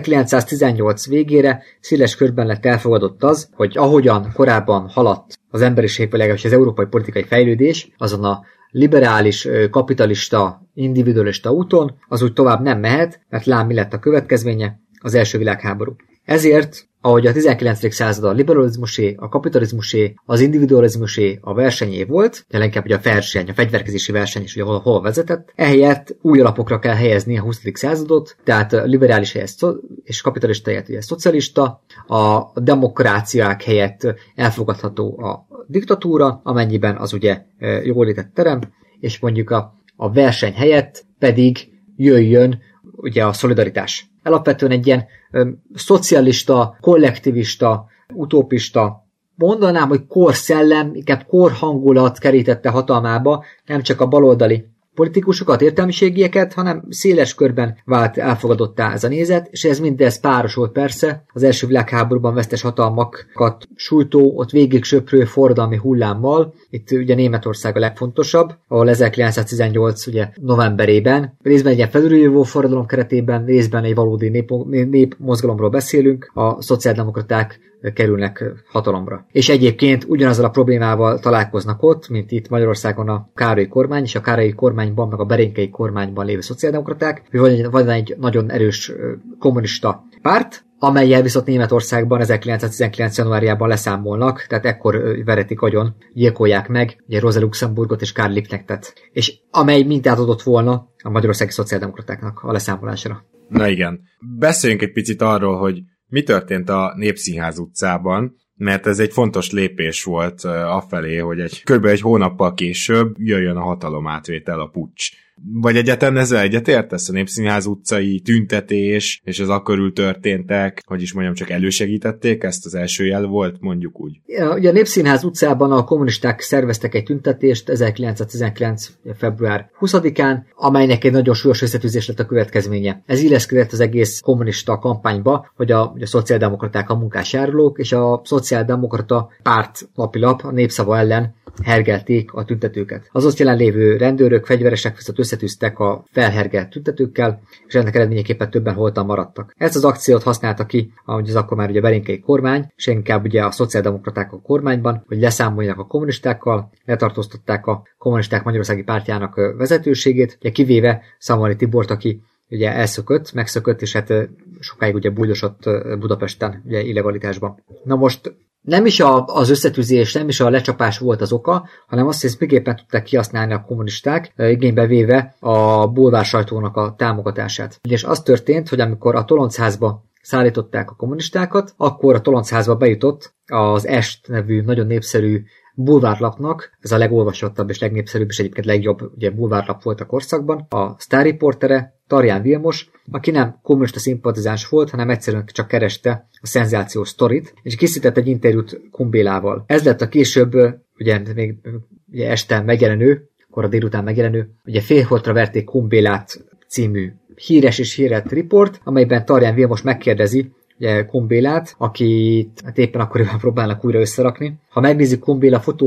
D: 1918 végére széles körben lett elfogadott az, hogy ahogyan korábban haladt az emberiség, vagy legalábbis az európai politikai fejlődés, azon a liberális, kapitalista, individualista úton, az úgy tovább nem mehet, mert lám mi lett a következménye, az első világháború. Ezért, ahogy a 19. század a liberalizmusé, a kapitalizmusé, az individualizmusé, a versenyé volt, inkább ugye a verseny, a fegyverkezési verseny is ugye hol vezetett, ehelyett új alapokra kell helyezni a 20. századot, tehát liberális helyett és kapitalista helyett ugye szocialista, a demokráciák helyett elfogadható a diktatúra, amennyiben az ugye jól létett terem, és mondjuk a verseny helyett pedig jöjjön ugye a szolidaritás. Alapvetően egy ilyen szocialista, kollektivista, utópista, mondanám, hogy korszellem, inkább korhangulat kerítette hatalmába, nem csak a baloldali politikusokat, értelmiségieket, hanem széles körben vált elfogadottá ez a nézet, és ez mindez párosult persze az első világháborúban vesztes hatalmakat sújtó, ott végig söprő forradalmi hullámmal. Itt ugye Németország a legfontosabb, ahol 1918 ugye novemberében részben egy ilyen felülről forradalom keretében, részben egy valódi népmozgalomról beszélünk, a szociáldemokraták kerülnek hatalomra. És egyébként ugyanazzal a problémával találkoznak ott, mint itt Magyarországon a Károlyi kormány, és a Károlyi kormányban, meg a Berénkei kormányban lévő szociáldemokraták, hogy van egy nagyon erős kommunista párt, amellyel viszont Németországban 1919. januárjában leszámolnak, tehát ekkor veretik agyon, gyilkolják meg ugye Rosa Luxemburgot és Karl Liebknechtet, és amely mintát adott volna a magyarországi szociáldemokratáknak a leszámolásra.
C: Na igen. Beszéljünk egy picit arról, hogy mi történt a Népszínház utcában, mert ez egy fontos lépés volt afelé, hogy kb. Egy hónappal később jöjjön a hatalomátvétel, a puccs. Vagy egyáltalán ezzel egyetértesz? A Népszínház utcai tüntetés és az akkörül történtek, hogy is mondjam, csak elősegítették ezt, az első jel volt, mondjuk úgy.
D: Ja, ugye a Népszínház utcában a kommunisták szerveztek egy tüntetést 1919. február 20-án, amelynek egy nagyon súlyos összetűzés lett a következménye. Ez illeszkedett az egész kommunista kampányba, hogy a szociáldemokraták, a munkásjárulók és a szociáldemokrata párt napilap a Népszava ellen hergelték a tüntetőket. Az ott jelenlévő rendőrök, fegyveresek viszont összetűztek a felhergelt tüntetőkkel, és ennek eredményeképpen többen holtan maradtak. Ezt az akciót használta ki, ahogy az akkor már ugye a Berénkei kormány, és inkább ugye a szociáldemokraták a kormányban, hogy leszámoljanak a kommunistákkal, letartóztatták a kommunisták Magyarországi pártjának vezetőségét, ugye kivéve Szamari Tibort, aki ugye megszökött, és hát sokáig ugye bújdosott Budapesten, ugye illegalitásban. Na most nem is az összetűzés, nem is a lecsapás volt az oka, hanem azt, hogy miképpen tudták kihasználni a kommunisták, igénybe véve a bulvár sajtónak a támogatását. És az történt, hogy amikor a Toloncházba szállították a kommunistákat, akkor a Toloncházba bejutott az Est nevű nagyon népszerű bulvárlapnak, ez a legolvasottabb és legnépszerűbb és egyébként legjobb ugye, bulvárlap volt a korszakban, a sztárriportere, Tarján Vilmos, aki nem kommunista szimpatizáns volt, hanem egyszerűen csak kereste a szenzációs sztorit, és készített egy interjút Kumbélával. Ez lett a később, ugye még ugye este megjelenő, kora délután megjelenő, ugye Félholtra verték Kumbélát című híres és hírett riport, amelyben Tarján Vilmos megkérdezi ugye Kumbélát, akit hát éppen akkoriban próbálnak újra összerakni. Ha megnézzük Kumbéla fotóit,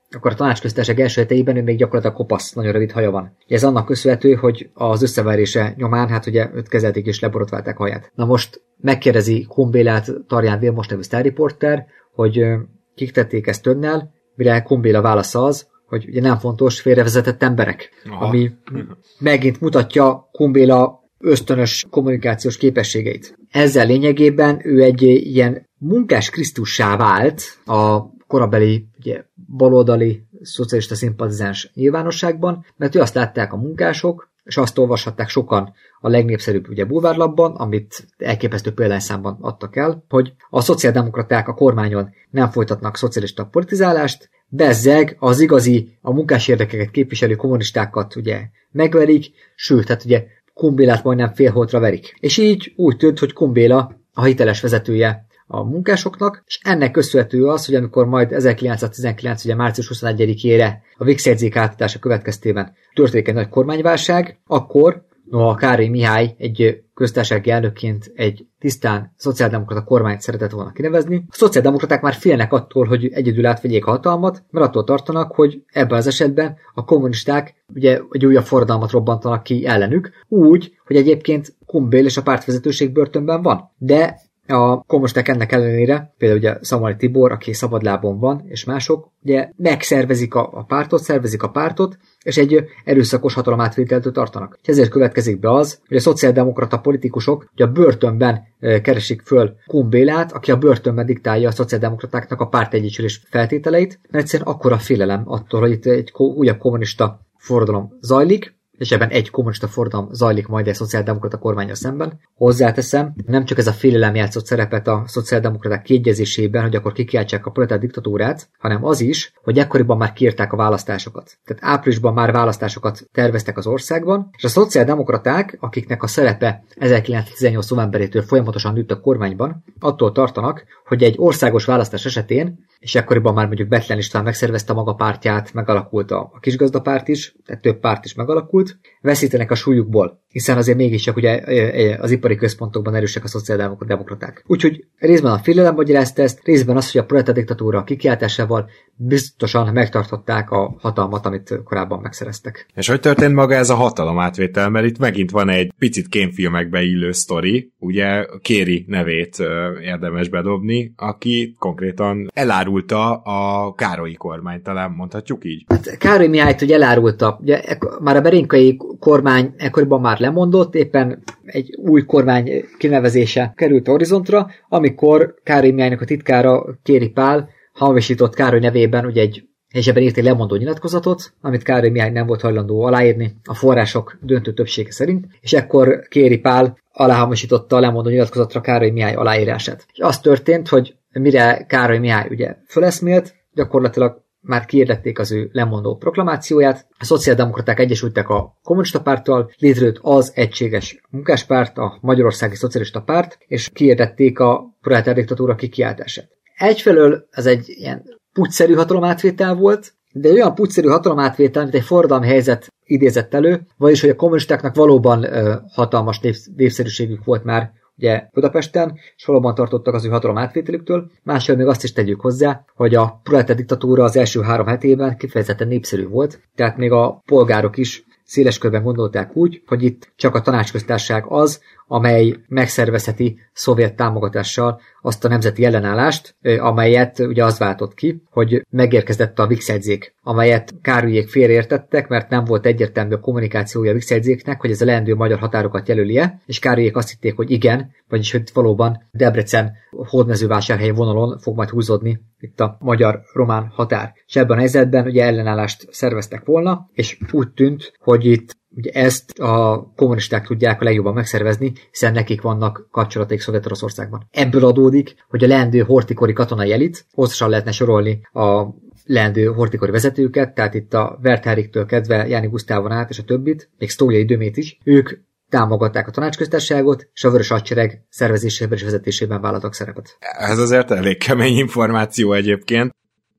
D: akkor a tanácsköztársaság első heteiben ő még gyakorlatilag kopasz, nagyon rövid haja van. Ez annak köszönhető, hogy az összeverése nyomán, hát ugye őt kezelték és leborotválták a haját. Na most megkérdezi Kumbélát Tarján Vilmos nevű sztárriporter, hogy kik tették ezt önnel, mire Kumbéla válasza az, hogy ugye nem fontos, félrevezetett emberek. Aha. Ami megint mutatja Kumbéla ösztönös kommunikációs képességeit. Ezzel lényegében ő egy ilyen munkás Krisztussá vált a korabeli ugye, baloldali szocialista szimpatizáns nyilvánosságban, mert ő azt látták a munkások, és azt olvashatták sokan a legnépszerűbb ugye, bulvárlapban, amit elképesztő példányszámban adtak el, hogy a szociáldemokraták a kormányon nem folytatnak szocialista politizálást, bezzeg az igazi, a munkás érdekeket képviselő kommunistákat ugye megverik, sőt, hát ugye Kumbélát majdnem félholtra verik. És így úgy tűnt, hogy Kumbéla a hiteles vezetője a munkásoknak, és ennek köszönhető az, hogy amikor majd 1919. Ugye március 21-ére a Vix-jegyzék átadása következtében történik egy nagy kormányválság, akkor a Károly Mihály egy köztársasági elnökként egy tisztán szociáldemokrata kormányt szeretett volna kinevezni. A szociáldemokraták már félnek attól, hogy egyedül átvegyék a hatalmat, mert attól tartanak, hogy ebben az esetben a kommunisták ugye egy újabb forradalmat robbantanak ki ellenük, úgy, hogy egyébként Kumbél és a pártvezetőség börtönben van. De a kommunisták ennek ellenére, például ugye Szamari Tibor, aki szabadlábon van, és mások, ugye megszervezik a pártot, és egy erőszakos hatalomátvételtől tartanak. És ezért következik be az, hogy a szociáldemokrata politikusok ugye a börtönben keresik föl Kumbélát, aki a börtönben diktálja a szociáldemokratáknak a pártegyesülés feltételeit, mert egyszerűen akkora félelem attól, hogy itt egy újabb kommunista forradalom zajlik, és ebben egy kommunista forradalom zajlik majd a szociáldemokrata kormánnyal szemben. Hozzáteszem, nem csak ez a félelem játszott szerepet a szociáldemokraták kiegyezésében, hogy akkor kikiáltsák a proletár diktatúrát, hanem az is, hogy ekkoriban már kiírták a választásokat. Tehát áprilisban már választásokat terveztek az országban, és a szociáldemokraták, akiknek a szerepe 1918. novemberétől folyamatosan nőtt a kormányban, attól tartanak, hogy egy országos választás esetén, és ekkoriban már mondjuk Bethlen István megszervezte maga pártját, megalakult a kisgazdapárt is, tehát több párt is megalakult, veszítenek a súlyukból, hiszen azért mégiscsak ugye az ipari központokban erősek a szociáldemokraták. Úgyhogy részben a félelem magyarázta ezt, részben az, hogy a proletár diktatúra kikiáltásával biztosan megtartották a hatalmat, amit korábban megszereztek.
C: És hogy történt maga ez a hatalomátvétel? Mert itt megint van egy picit kémfilmekbe illő sztori, ugye Kéri nevét érdemes bedobni, aki konkrétan elárulta a Károlyi kormányt, talán mondhatjuk így?
D: Hát Károly Mihályt ugye elárulta. Ugye, már a Berénykai kormány ekkoriban már lemondott, éppen egy új kormány kinevezése került a horizontra, amikor Károly Mihálynak a titkára Kéri Pál hamisított Károly nevében ugye és ebben írt egy lemondó nyilatkozatot, amit Károly Mihály nem volt hajlandó aláírni a források döntő többsége szerint, és ekkor Kéri Pál aláhamisította a lemondó nyilatkozatra Károly Mihály aláírását. És az történt, hogy mire Károly Mihály ugye föleszmélt, gyakorlatilag már kiirdették az ő lemondó proklamációját, a szociáldemokraták egyesültek a kommunista párttal, létrejött az egységes munkáspárt, a Magyarországi Szocialista Párt, és kiirdették a proletár diktatúra kikiáltását. Egyfelől ez egy ilyen pucszerű hatalomátvétel volt, de olyan pucszerű hatalomátvétel, mint egy forradalmi helyzet idézett elő, vagyis hogy a kommunistáknak valóban hatalmas népszerűségük volt már ugye Budapesten, és valóban tartottak az ő hatalomátvételüktől. Másfelől még azt is tegyük hozzá, hogy a proletár diktatúra az első 3 hetében kifejezetten népszerű volt, tehát még a polgárok is széles körben gondolták úgy, hogy itt csak a tanácsköztársaság az, amely megszervezheti szovjet támogatással azt a nemzeti ellenállást, amelyet ugye az váltott ki, hogy megérkezett a Vix-jegyzék, amelyet Károlyék félreértettek, mert nem volt egyértelmű a kommunikációja a Vix-jegyzéknek, hogy ez a leendő magyar határokat jelöli-e, és Károlyék azt hitték, hogy igen, vagyis hogy valóban Debrecen Hódmezővásárhely vonalon fog majd húzódni itt a magyar-román határ. És ebben a helyzetben ugye ellenállást szerveztek volna, és úgy tűnt, hogy itt ugye ezt a kommunisták tudják a legjobban megszervezni, hiszen nekik vannak kapcsolataik Szovjet-Oroszországban. Ebből adódik, hogy a leendő horthy-kori katonai elit, hosszasan lehetne sorolni a leendő horthy-kori vezetőket, tehát itt a Wertheriktől kezdve Jáni Gusztávon át és a többit, még Sztójai Dömét is, ők támogatták a tanácsköztársaságot, és a Vörös Hadsereg szervezésében és vezetésében vállaltak szerepet.
C: Ez azért elég kemény információ egyébként.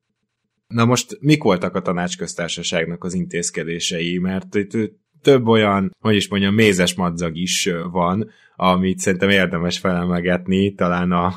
C: Na most mik voltak a tanácsköztársaságnak az intézkedései? Mert itt több olyan, hogy is mondjam, mézes madzag is van, amit szerintem érdemes felemlegetni, talán a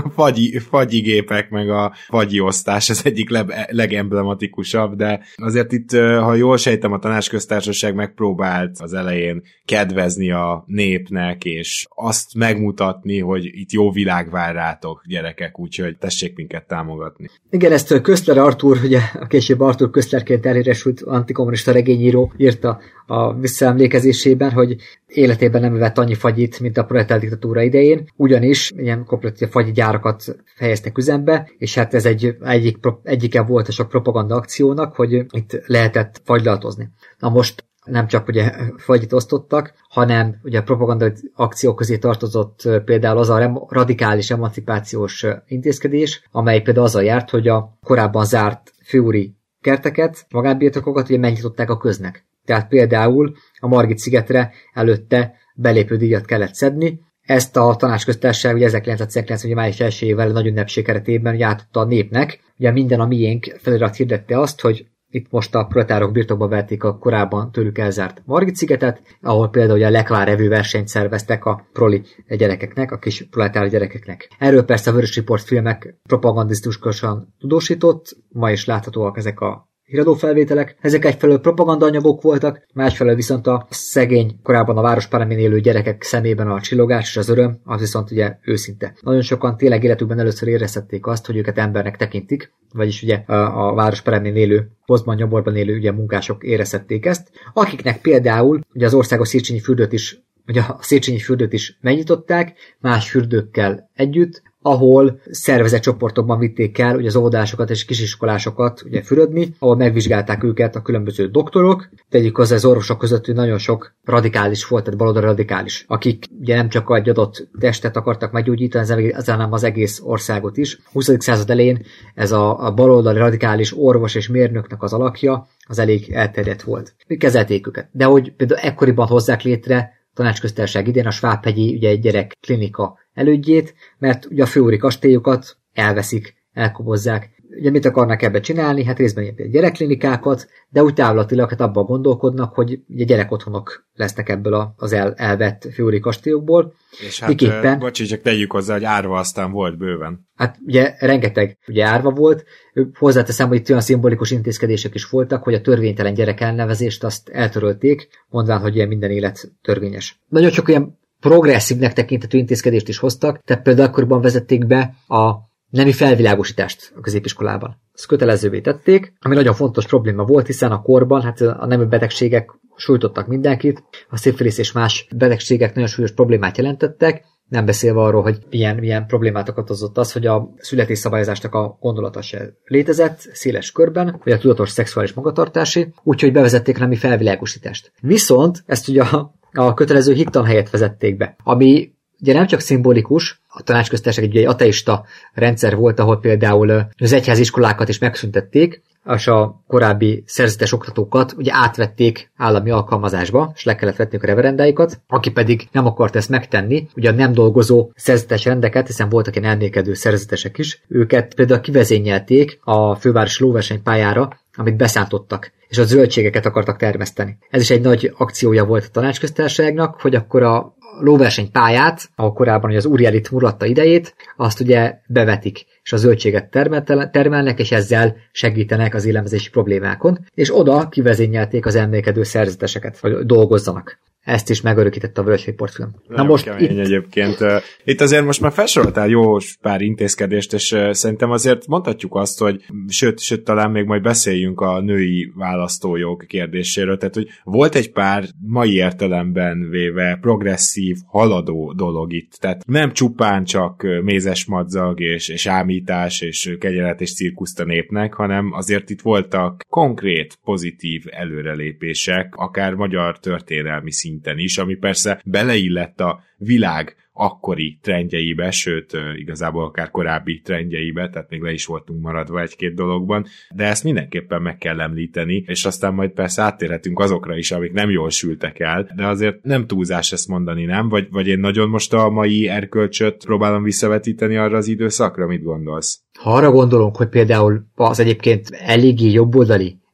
C: fagyigépek meg a fagyiosztás az egyik legemblematikusabb, de azért itt, ha jól sejtem, a Tanácsköztársaság megpróbált az elején kedvezni a népnek, és azt megmutatni, hogy itt jó világ vár rátok, gyerekek, úgyhogy tessék minket támogatni.
D: Igen, ezt Köszler Artúr, ugye a később Artúr Köszlerként elhíresült antikommunista regényíró írta a visszaemlékezésében, hogy életében nem vett annyi fagyit, mint a proletár diktatúra idején, ugyanis ilyen komplet fagyi gyárakat helyeztek üzembe, és hát ez egyike volt a sok propaganda akciónak, hogy itt lehetett fagylatozni. Na most nem csak ugye fagyit osztottak, hanem ugye a propaganda akciók közé tartozott például az a radikális emancipációs intézkedés, amely például azzal járt, hogy a korábban zárt főúri kerteket, magánbirtokokat ugye megnyitották a köznek. Tehát például a Margit-szigetre előtte belépődíjat kellett szedni. Ezt a Tanácsköztársaság ugye 1919. május 1-ével nagy ünnepség keretében átadta a népnek. Ugye minden a miénk felirat hirdette azt, hogy itt most a proletárok birtokba vették a korábban tőlük elzárt Margit-szigetet, ahol például a Leklár evő versenyt szerveztek a proli gyerekeknek, a kis proletár gyerekeknek. Erről persze a Vörös Riport filmek propagandisztikusan tudósított, ma is láthatóak ezek a híradófelvételek. Ezek egyfelől propagandaanyagok voltak, másfelől viszont a szegény, korábban a városperemén élő gyerekek szemében a csillogás és az öröm, az viszont ugye őszinte. Nagyon sokan tényleg életükben először érezhették azt, hogy őket embernek tekintik, vagyis ugye a városperemén élő, Pozban, Nyoborban élő ugye munkások érezhették ezt, akiknek például ugye az országos Széchenyi fürdőt is, ugye a Széchenyi fürdőt is megnyitották, más fürdőkkel együtt, ahol szervezett csoportokban vitték el ugye az óvodásokat és kisiskolásokat ugye fürödni, ahol megvizsgálták őket a különböző doktorok, tegyük hozzá az orvosok között, hogy nagyon sok radikális volt, tehát baloldali radikális, akik ugye nem csak egy adott testet akartak meggyógyítani, hanem az egész országot is. 20. század elején ez a baloldali radikális orvos és mérnöknek az alakja, az elég elterjedt volt. Mi kezelték őket. De hogy például ekkoriban hozzák létre Tanácsköztársaság idén a Svábhegyi ugye egy gyerekklinika elődjét, mert ugye a főúri kastélyokat elveszik, elkobozzák. Ugye mit akarnak ebbe csinálni? Hát részben ilyen gyerekklinikákat, de úgy távlatilag hát abban gondolkodnak, hogy ugye gyerekotthonok lesznek ebből az elvett főúri kastélyokból.
C: És hát, bocsi, csak tegyük hozzá, hogy árva aztán volt bőven.
D: Hát ugye rengeteg ugye árva volt. Hozzáteszem, hogy itt olyan szimbolikus intézkedések is voltak, hogy a törvénytelen gyerek elnevezést azt eltörölték, mondván, hogy ilyen minden élet törvényes. Nagyon sok ilyen progresszívnek tekintető intézkedést is hoztak, tehát például akkoriban vezették be a nemi felvilágosítást a középiskolában. Ezt kötelezővé tették, ami nagyon fontos probléma volt, hiszen a korban hát a nemi betegségek sújtottak mindenkit, a szifilisz és más betegségek nagyon súlyos problémát jelentettek, nem beszélve arról, hogy milyen problémát okozott az, hogy a születésszabályozásnak a gondolata se létezett széles körben, vagy a tudatos szexuális magatartási, úgyhogy bevezették a nemi felvilágosítást. Viszont ezt ugye a kötelező hittan helyett vezették be, ami ugye nem csak szimbolikus, a Tanácsköztársaság egy ateista rendszer volt, ahol például az egyháziskolákat is megszüntették, és a korábbi szerzetes oktatókat ugye átvették állami alkalmazásba, és le kellett vetni a reverendáikat, aki pedig nem akart ezt megtenni, ugye a nem dolgozó szerzetes rendeket, hiszen voltak ilyen elmélkedő szerzetesek is, őket például kivezényelték a fővárosi lóversenypályára, amit beszántottak, és a zöldségeket akartak termeszteni. Ez is egy nagy akciója volt a Tanácsköztársaságnak, hogy akkor a lóversenypályát, ahol korábban ugye az úri elit muratta idejét, azt ugye bevetik, és a zöldséget termelnek, és ezzel segítenek az élelmezési problémákon, és oda kivezényelték az emlékedő szerzeteseket, hogy dolgozzanak. Ezt is megörökítette a Vörös Riport film.
C: Na most kemény egyébként. Itt azért most már felsoroltál jó pár intézkedést, és szerintem azért mondhatjuk azt, hogy sőt, talán még majd beszéljünk a női választójog kérdéséről, tehát hogy volt egy pár mai értelemben véve progresszív, haladó dolog itt. Tehát nem csupán csak mézes madzag és ámítás és kegyelet és cirkuszt a népnek, hanem azért itt voltak konkrét, pozitív előrelépések, akár magyar történelmi szinten is, ami persze beleillett a világ akkori trendjeibe, sőt, igazából akár korábbi trendjeibe, tehát még le is voltunk maradva egy-két dologban, de ezt mindenképpen meg kell említeni, és aztán majd persze áttérhetünk azokra is, amik nem jól sültek el, de azért nem túlzás ezt mondani, nem? Vagy én nagyon most a mai erkölcsöt próbálom visszavetíteni arra az időszakra, mit gondolsz?
D: Ha arra gondolunk, hogy például az egyébként eléggé jobboldali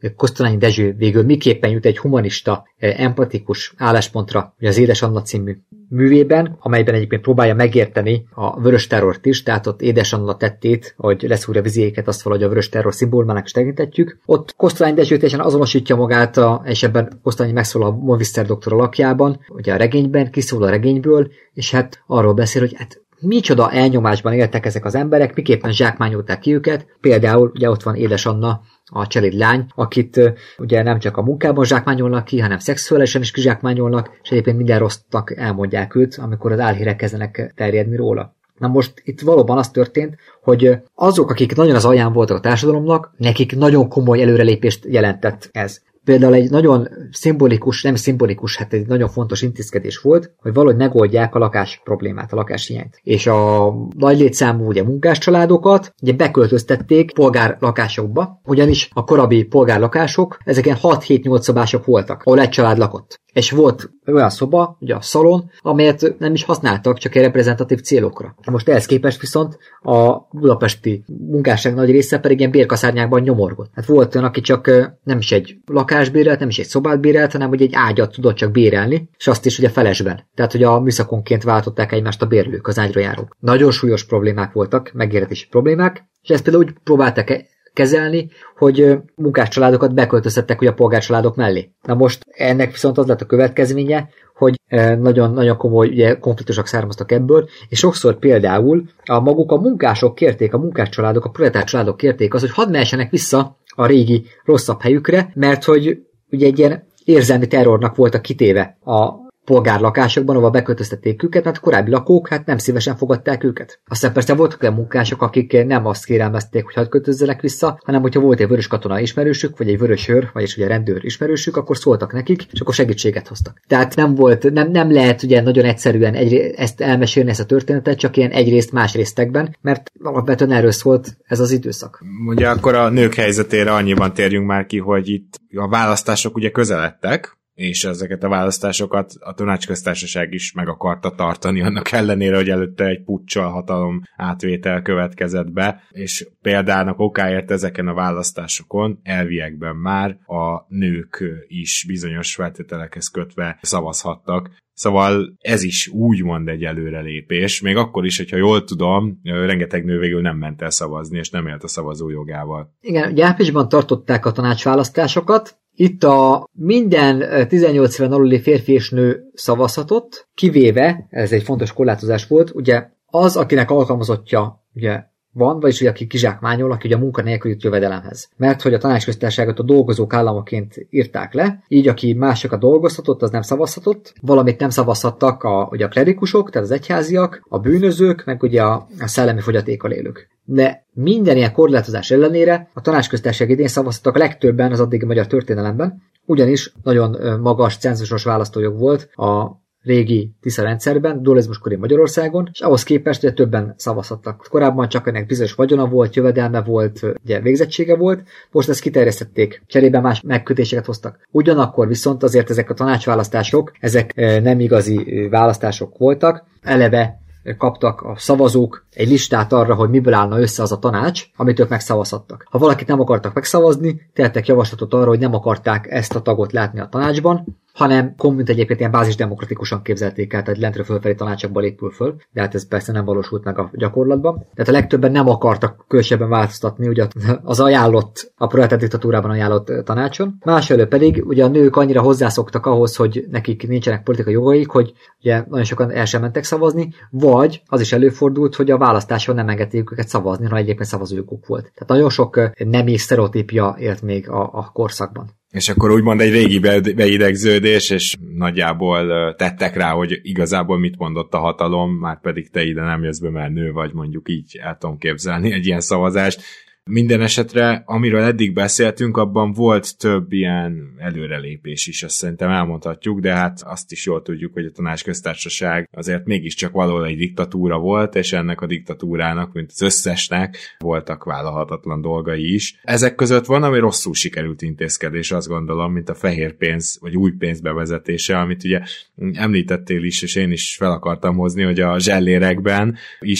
D: Kosztolányi Dezső végül miképpen jut egy humanista, empatikus álláspontra, az Édes Anna című művében, amelyben egyébként próbálja megérteni a vörös terrort is, tehát ott Édes Anna tettét, hogy leszúrja vizéket, azt valahogy a vörös terror szimbólumának is tekintetjük. Ott Kosztolányi Dezső teljesen azonosítja magát, és ebben Kosztolányi megszól a Moviszter doktor alakjában, ugye a regényben, kiszól a regényből, és hát arról beszél, hogy hát micsoda elnyomásban éltek ezek az emberek, miképpen zsákmányolták ki őket. Például ugye ott van Édes Anna, a cseléd lány, akit ugye nem csak a munkában zsákmányolnak ki, hanem szexuálisan is kizsákmányolnak, és egyébként minden rossznak elmondják őt, amikor az álhírek kezdenek terjedni róla. Na most itt valóban az történt, hogy azok, akik nagyon az alján voltak a társadalomnak, nekik nagyon komoly előrelépést jelentett ez. Például egy nagyon szimbolikus, nem szimbolikus, hát egy nagyon fontos intézkedés volt, hogy valahogy megoldják a lakás problémát, a lakáshiányt. És a nagy létszámú ugye, munkáscsaládokat ugye beköltöztették polgárlakásokba, ugyanis a korábbi polgárlakások, ezek ilyen 6-7-8 szobások voltak, ahol egy család lakott. És volt olyan szoba, ugye a szalon, amelyet nem is használtak, csak egy reprezentatív célokra. Most ehhez képest viszont a budapesti munkásság nagy része pedig ilyen bérkaszárnyákban nyomorgott. Hát volt olyan, aki csak nem is egy lakást bérelt, nem is egy szobát bérelt, hanem hogy egy ágyat tudott csak bérelni, és azt is ugye felesben. Tehát, hogy a műszakonként váltották egymást a bérlők, az ágyra járók. Nagyon súlyos problémák voltak, megélhetési problémák, és ezt például úgy próbálták kezelni, hogy munkáscsaládokat beköltöztettek a polgárcsaládok mellé. Na most ennek viszont az lett a következménye, hogy nagyon-nagyon komoly ugye, konfliktusok származtak ebből, és sokszor például maguk a munkások kérték, a munkáscsaládok, a proletár családok kérték az, hogy hadd mehessenek vissza a régi rosszabb helyükre, mert hogy ugye egy ilyen érzelmi terrornak voltak kitéve a polgárlakásokban, ahol beköltöztették őket, mert a korábbi lakók hát nem szívesen fogadták őket. Aztán persze voltak olyan munkások, akik nem azt kérelmezték, hogy hadd költözzenek vissza, hanem hogyha volt egy vörös katona ismerősük, vagy egy vörös őr, vagyis ugye rendőr ismerősük, akkor szóltak nekik, és akkor segítséget hoztak. Tehát nem lehet ugye nagyon egyszerűen ezt elmesélni, ezt a történetet, csak ilyen egyrészt más résztekben, mert alapvetően erről szólt ez az időszak.
C: Ugye akkor a nők helyzetére annyiban térjünk már ki, hogy itt a választások ugye közeledtek, és ezeket a választásokat a Tanácsköztársaság is meg akarta tartani, annak ellenére, hogy előtte egy puccsal hatalom átvétel következett be, és példának okáért ezeken a választásokon elviekben már a nők is bizonyos feltételekhez kötve szavazhattak. Szóval ez is úgymond egy előrelépés, még akkor is, hogyha jól tudom, rengeteg nő végül nem ment el szavazni, és nem élt a szavazójogával.
D: Igen, ugye áprilisban tartották a tanácsválasztásokat, itt a minden 18 éven aluli férfi és nő szavazhatott, kivéve, ez egy fontos korlátozás volt, ugye az, akinek alkalmazottja ugye van, vagyis ugye aki kizsákmányol, aki ugye a munkanélküli jövedelemhez. Mert hogy a tanácsköztársaságot a dolgozók államoként írták le, így aki másokat dolgozhatott, az nem szavazhatott. Valamit nem szavazhattak ugye a klerikusok, tehát az egyháziak, a bűnözők, meg ugye a szellemi fogyatékkal élők. De minden ilyen korlátozás ellenére a tanácsköztársaság idén szavaztak a legtöbben az addigi magyar történelemben, ugyanis nagyon magas cenzusos választójog volt a régi Tisza rendszerben, dualizmuskori Magyarországon, és ahhoz képest ugye többen szavazhattak. Korábban csak ennek bizonyos vagyona volt, jövedelme volt, ugye végzettsége volt, most ezt kiterjesztették, cserébe más megkötéseket hoztak. Ugyanakkor viszont azért ezek a tanácsválasztások, ezek nem igazi választások voltak, eleve kaptak a szavazók egy listát arra, hogy miből állna össze az a tanács, amit ők megszavazhattak. Ha valakit nem akartak megszavazni, tettek javaslatot arra, hogy nem akarták ezt a tagot látni a tanácsban, hanem mint egyébként ilyen bázisdemokratikusan képzelték el, tehát lentről fölfelé tanácsokba épül föl, de hát ez persze nem valósult meg a gyakorlatban. Tehát a legtöbben nem akartak különösebben változtatni ugye az ajánlott, a proletár diktatúrában ajánlott tanácson. Másfelől pedig ugye a nők annyira hozzászoktak ahhoz, hogy nekik nincsenek politikai jogaik, hogy ugye nagyon sokan el sem mentek szavazni, vagy az is előfordult, hogy a választáson nem engedték őket szavazni, ha egyébként szavazójoguk volt. Tehát nagyon sok nemi sztereotípia élt még a korszakban.
C: És akkor úgymond egy régi beidegződés, és nagyjából tettek rá, hogy igazából mit mondott a hatalom, már pedig te ide nem jössz be, mert nő vagy, mondjuk így el tudom képzelni egy ilyen szavazást. Minden esetre, amiről eddig beszéltünk, abban volt több ilyen előrelépés is, azt szerintem elmondhatjuk, de hát azt is jól tudjuk, hogy a Tanácsköztársaság azért mégiscsak valahol egy diktatúra volt, és ennek a diktatúrának, mint az összesnek, voltak vállalhatatlan dolgai is. Ezek között van, ami rosszul sikerült intézkedés, azt gondolom, mint a fehér pénz, vagy új pénz bevezetése, amit ugye említettél is, és én is fel akartam hozni, hogy a zsellérekben is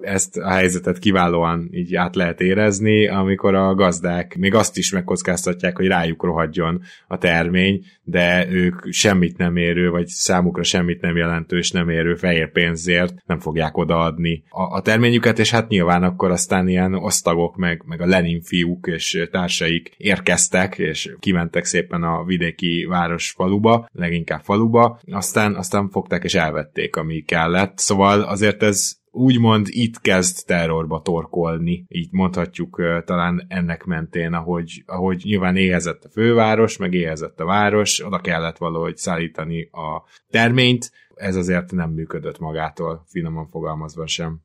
C: ezt a helyzetet kiválóan így át lehet érezni, amikor a gazdák még azt is megkockáztatják, hogy rájuk rohadjon a termény, de ők semmit nem érő, vagy számukra semmit nem jelentős, nem érő fehér pénzért nem fogják odaadni a terményüket, és hát nyilván akkor aztán ilyen osztagok, meg a Lenin fiúk és társaik érkeztek, és kimentek szépen a vidéki faluba, leginkább faluba, aztán fogták és elvették, ami kellett. Szóval azért ez úgymond itt kezd terrorba torkolni, így mondhatjuk talán ennek mentén, ahogy nyilván éhezett a főváros, meg éhezett a város, oda kellett valahogy szállítani a terményt, ez azért nem működött magától, finoman fogalmazva sem.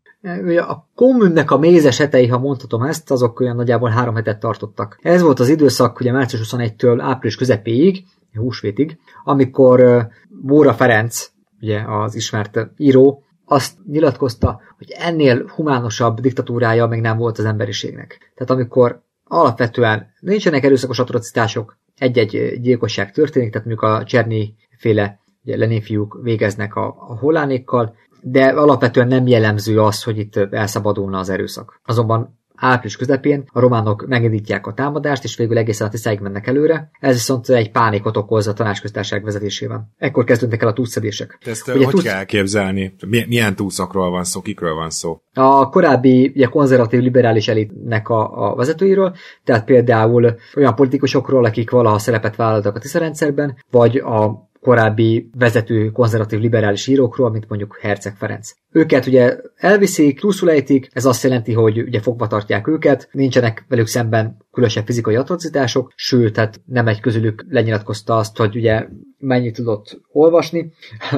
D: A kommunnek a mézes hetei, ha mondhatom ezt, azok olyan nagyjából 3 hetet tartottak. Ez volt az időszak, ugye március 21-től április közepéig, húsvétig, amikor Móra Ferenc, ugye az ismert író, azt nyilatkozta, hogy ennél humánosabb diktatúrája még nem volt az emberiségnek. Tehát amikor alapvetően nincsenek erőszakos atrocitások, egy-egy gyilkosság történik, tehát mondjuk a Csernyi-féle Lenin fiúk végeznek a hollánékkal, de alapvetően nem jellemző az, hogy itt elszabadulna az erőszak. Azonban április közepén a románok megindítják a támadást, és végül egészen a Tiszáig mennek előre. Ez viszont egy pánikot okoz a Tanácsköztársaság vezetésében. Ekkor kezdődnek el a túlszedések.
C: Ezt hogy kell elképzelni? Milyen túszakról van szó? Kikről van szó?
D: A korábbi konzervatív liberális elitnek a vezetőiről, tehát például olyan politikusokról, akik valaha szerepet vállaltak a Tisza rendszerben, vagy a korábbi vezető konzervatív liberális írókról, mint mondjuk Herceg Ferenc. Őket ugye elviszik, túlszul ejtik, ez azt jelenti, hogy ugye fogva tartják őket, nincsenek velük szemben különösebb fizikai atrocitások, sőt, tehát nem egy közülük lenyilatkozta azt, hogy ugye mennyit tudott olvasni,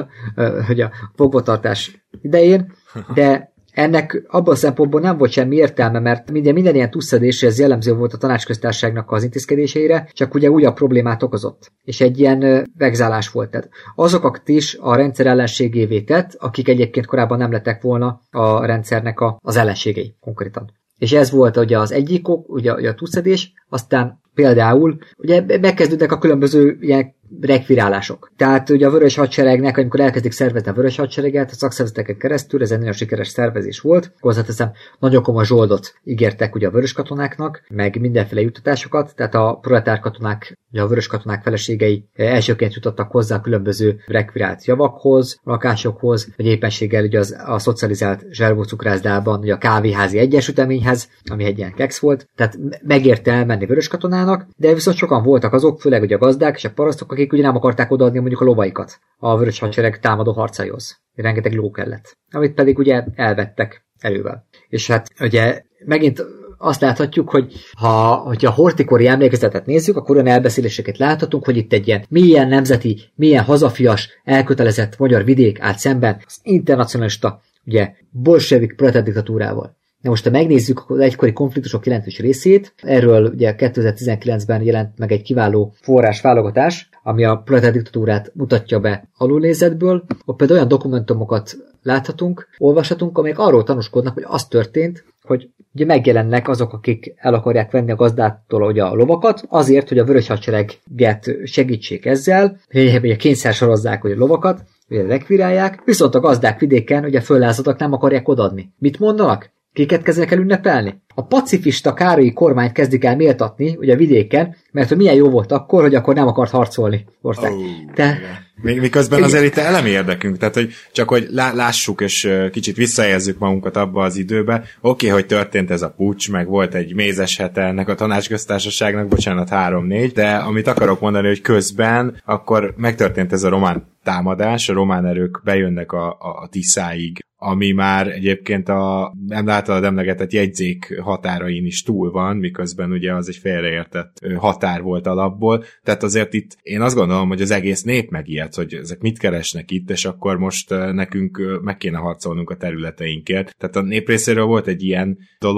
D: hogy a fogvatartás idején, de ennek abban a szempontból nem volt semmi értelme, mert minden ilyen túlszedésre ez jellemző volt a Tanácsköztársaságnak az intézkedéseire, csak ugye újabb problémát okozott. És egy ilyen vegzálás volt. Tehát azokat is a rendszer ellenségévé tett, akik egyébként korábban nem lettek volna a rendszernek az ellenségei konkrétan. És ez volt ugye az egyik ok, ugye a túlszedés, aztán például ugye megkezdődnek a különböző ilyen rekvirálások. Tehát ugye a Vörös Hadseregnek, amikor elkezdik szervezni a Vörös Hadsereget, a szakszervezeteken keresztül, ez egy nagyon sikeres szervezés volt, hozzáteszem, nagyon komoly zsoldot ígértek ugye a vörös katonáknak, meg mindenféle juttatásokat, tehát a proletár katonák, ugye a vörös katonák feleségei elsőként jutottak hozzá a különböző rekvirált javakhoz, lakásokhoz, vagy éppenséggel ugye a szocializált zserbócukrászdában, ugye a kávéházi egyesüteményhez, ami egy ilyen kex volt, tehát megérte elmenni vörös katonának, de viszont sokan voltak azok, főleg ugye a gazdák és a parasztok, akik ugye nem akarták odaadni mondjuk a lovaikat a Vörös Hadsereg támadó harcaihoz. Rengeteg ló kellett. Amit pedig ugye elvettek erővel. És hát ugye megint azt láthatjuk, hogy hogyha a hortikori emlékezetet nézzük, akkor olyan elbeszéléseket láthatunk, hogy itt egy ilyen milyen nemzeti, milyen hazafias, elkötelezett magyar vidék állt szemben az internacionalista, ugye bolsevik proletár diktatúrával. Na most, ha megnézzük az egykori konfliktusok jelentős részét, erről ugye 2019-ben jelent meg egy kiváló forrásválogatás, ami a proletár diktatúrát mutatja be alulnézetből. Ott például olyan dokumentumokat láthatunk, olvashatunk, amelyek arról tanúskodnak, hogy az történt, hogy ugye megjelennek azok, akik el akarják venni a gazdától ugye a lovakat, azért, hogy a Vörös Hadsereget segítsék ezzel, hogy kényszer sorozzák a lovakat, hogy rekvirálják, viszont a gazdák vidéken ugye föllázadtak, nem akarják odaadni. Mit mondanak? Kiket kezdenek el ünnepelni? A pacifista károlyi kormányt kezdik el méltatni, ugye a vidéken, mert hogy milyen jó volt akkor, hogy akkor nem akart harcolni ország.
C: Miközben azért itt elemi érdekünk, tehát hogy csak hogy lássuk és kicsit visszajelzzük magunkat abba az időbe. Oké, hogy történt ez a puccs, meg volt egy mézes hete ennek a Tanácsköztársaságnak, bocsánat, 3-4, de amit akarok mondani, hogy közben akkor megtörtént ez a román támadás, a román erők bejönnek a Tiszáig, ami már egyébként a nem általad emlegetett jegyzék határain is túl van, miközben ugye az egy félreértett határ volt alapból. Tehát azért itt én azt gondolom, hogy az egész nép megijedt, hogy ezek mit keresnek itt, és akkor most nekünk meg kéne harcolnunk a területeinkért. Tehát a nép részéről volt egy ilyen dolog,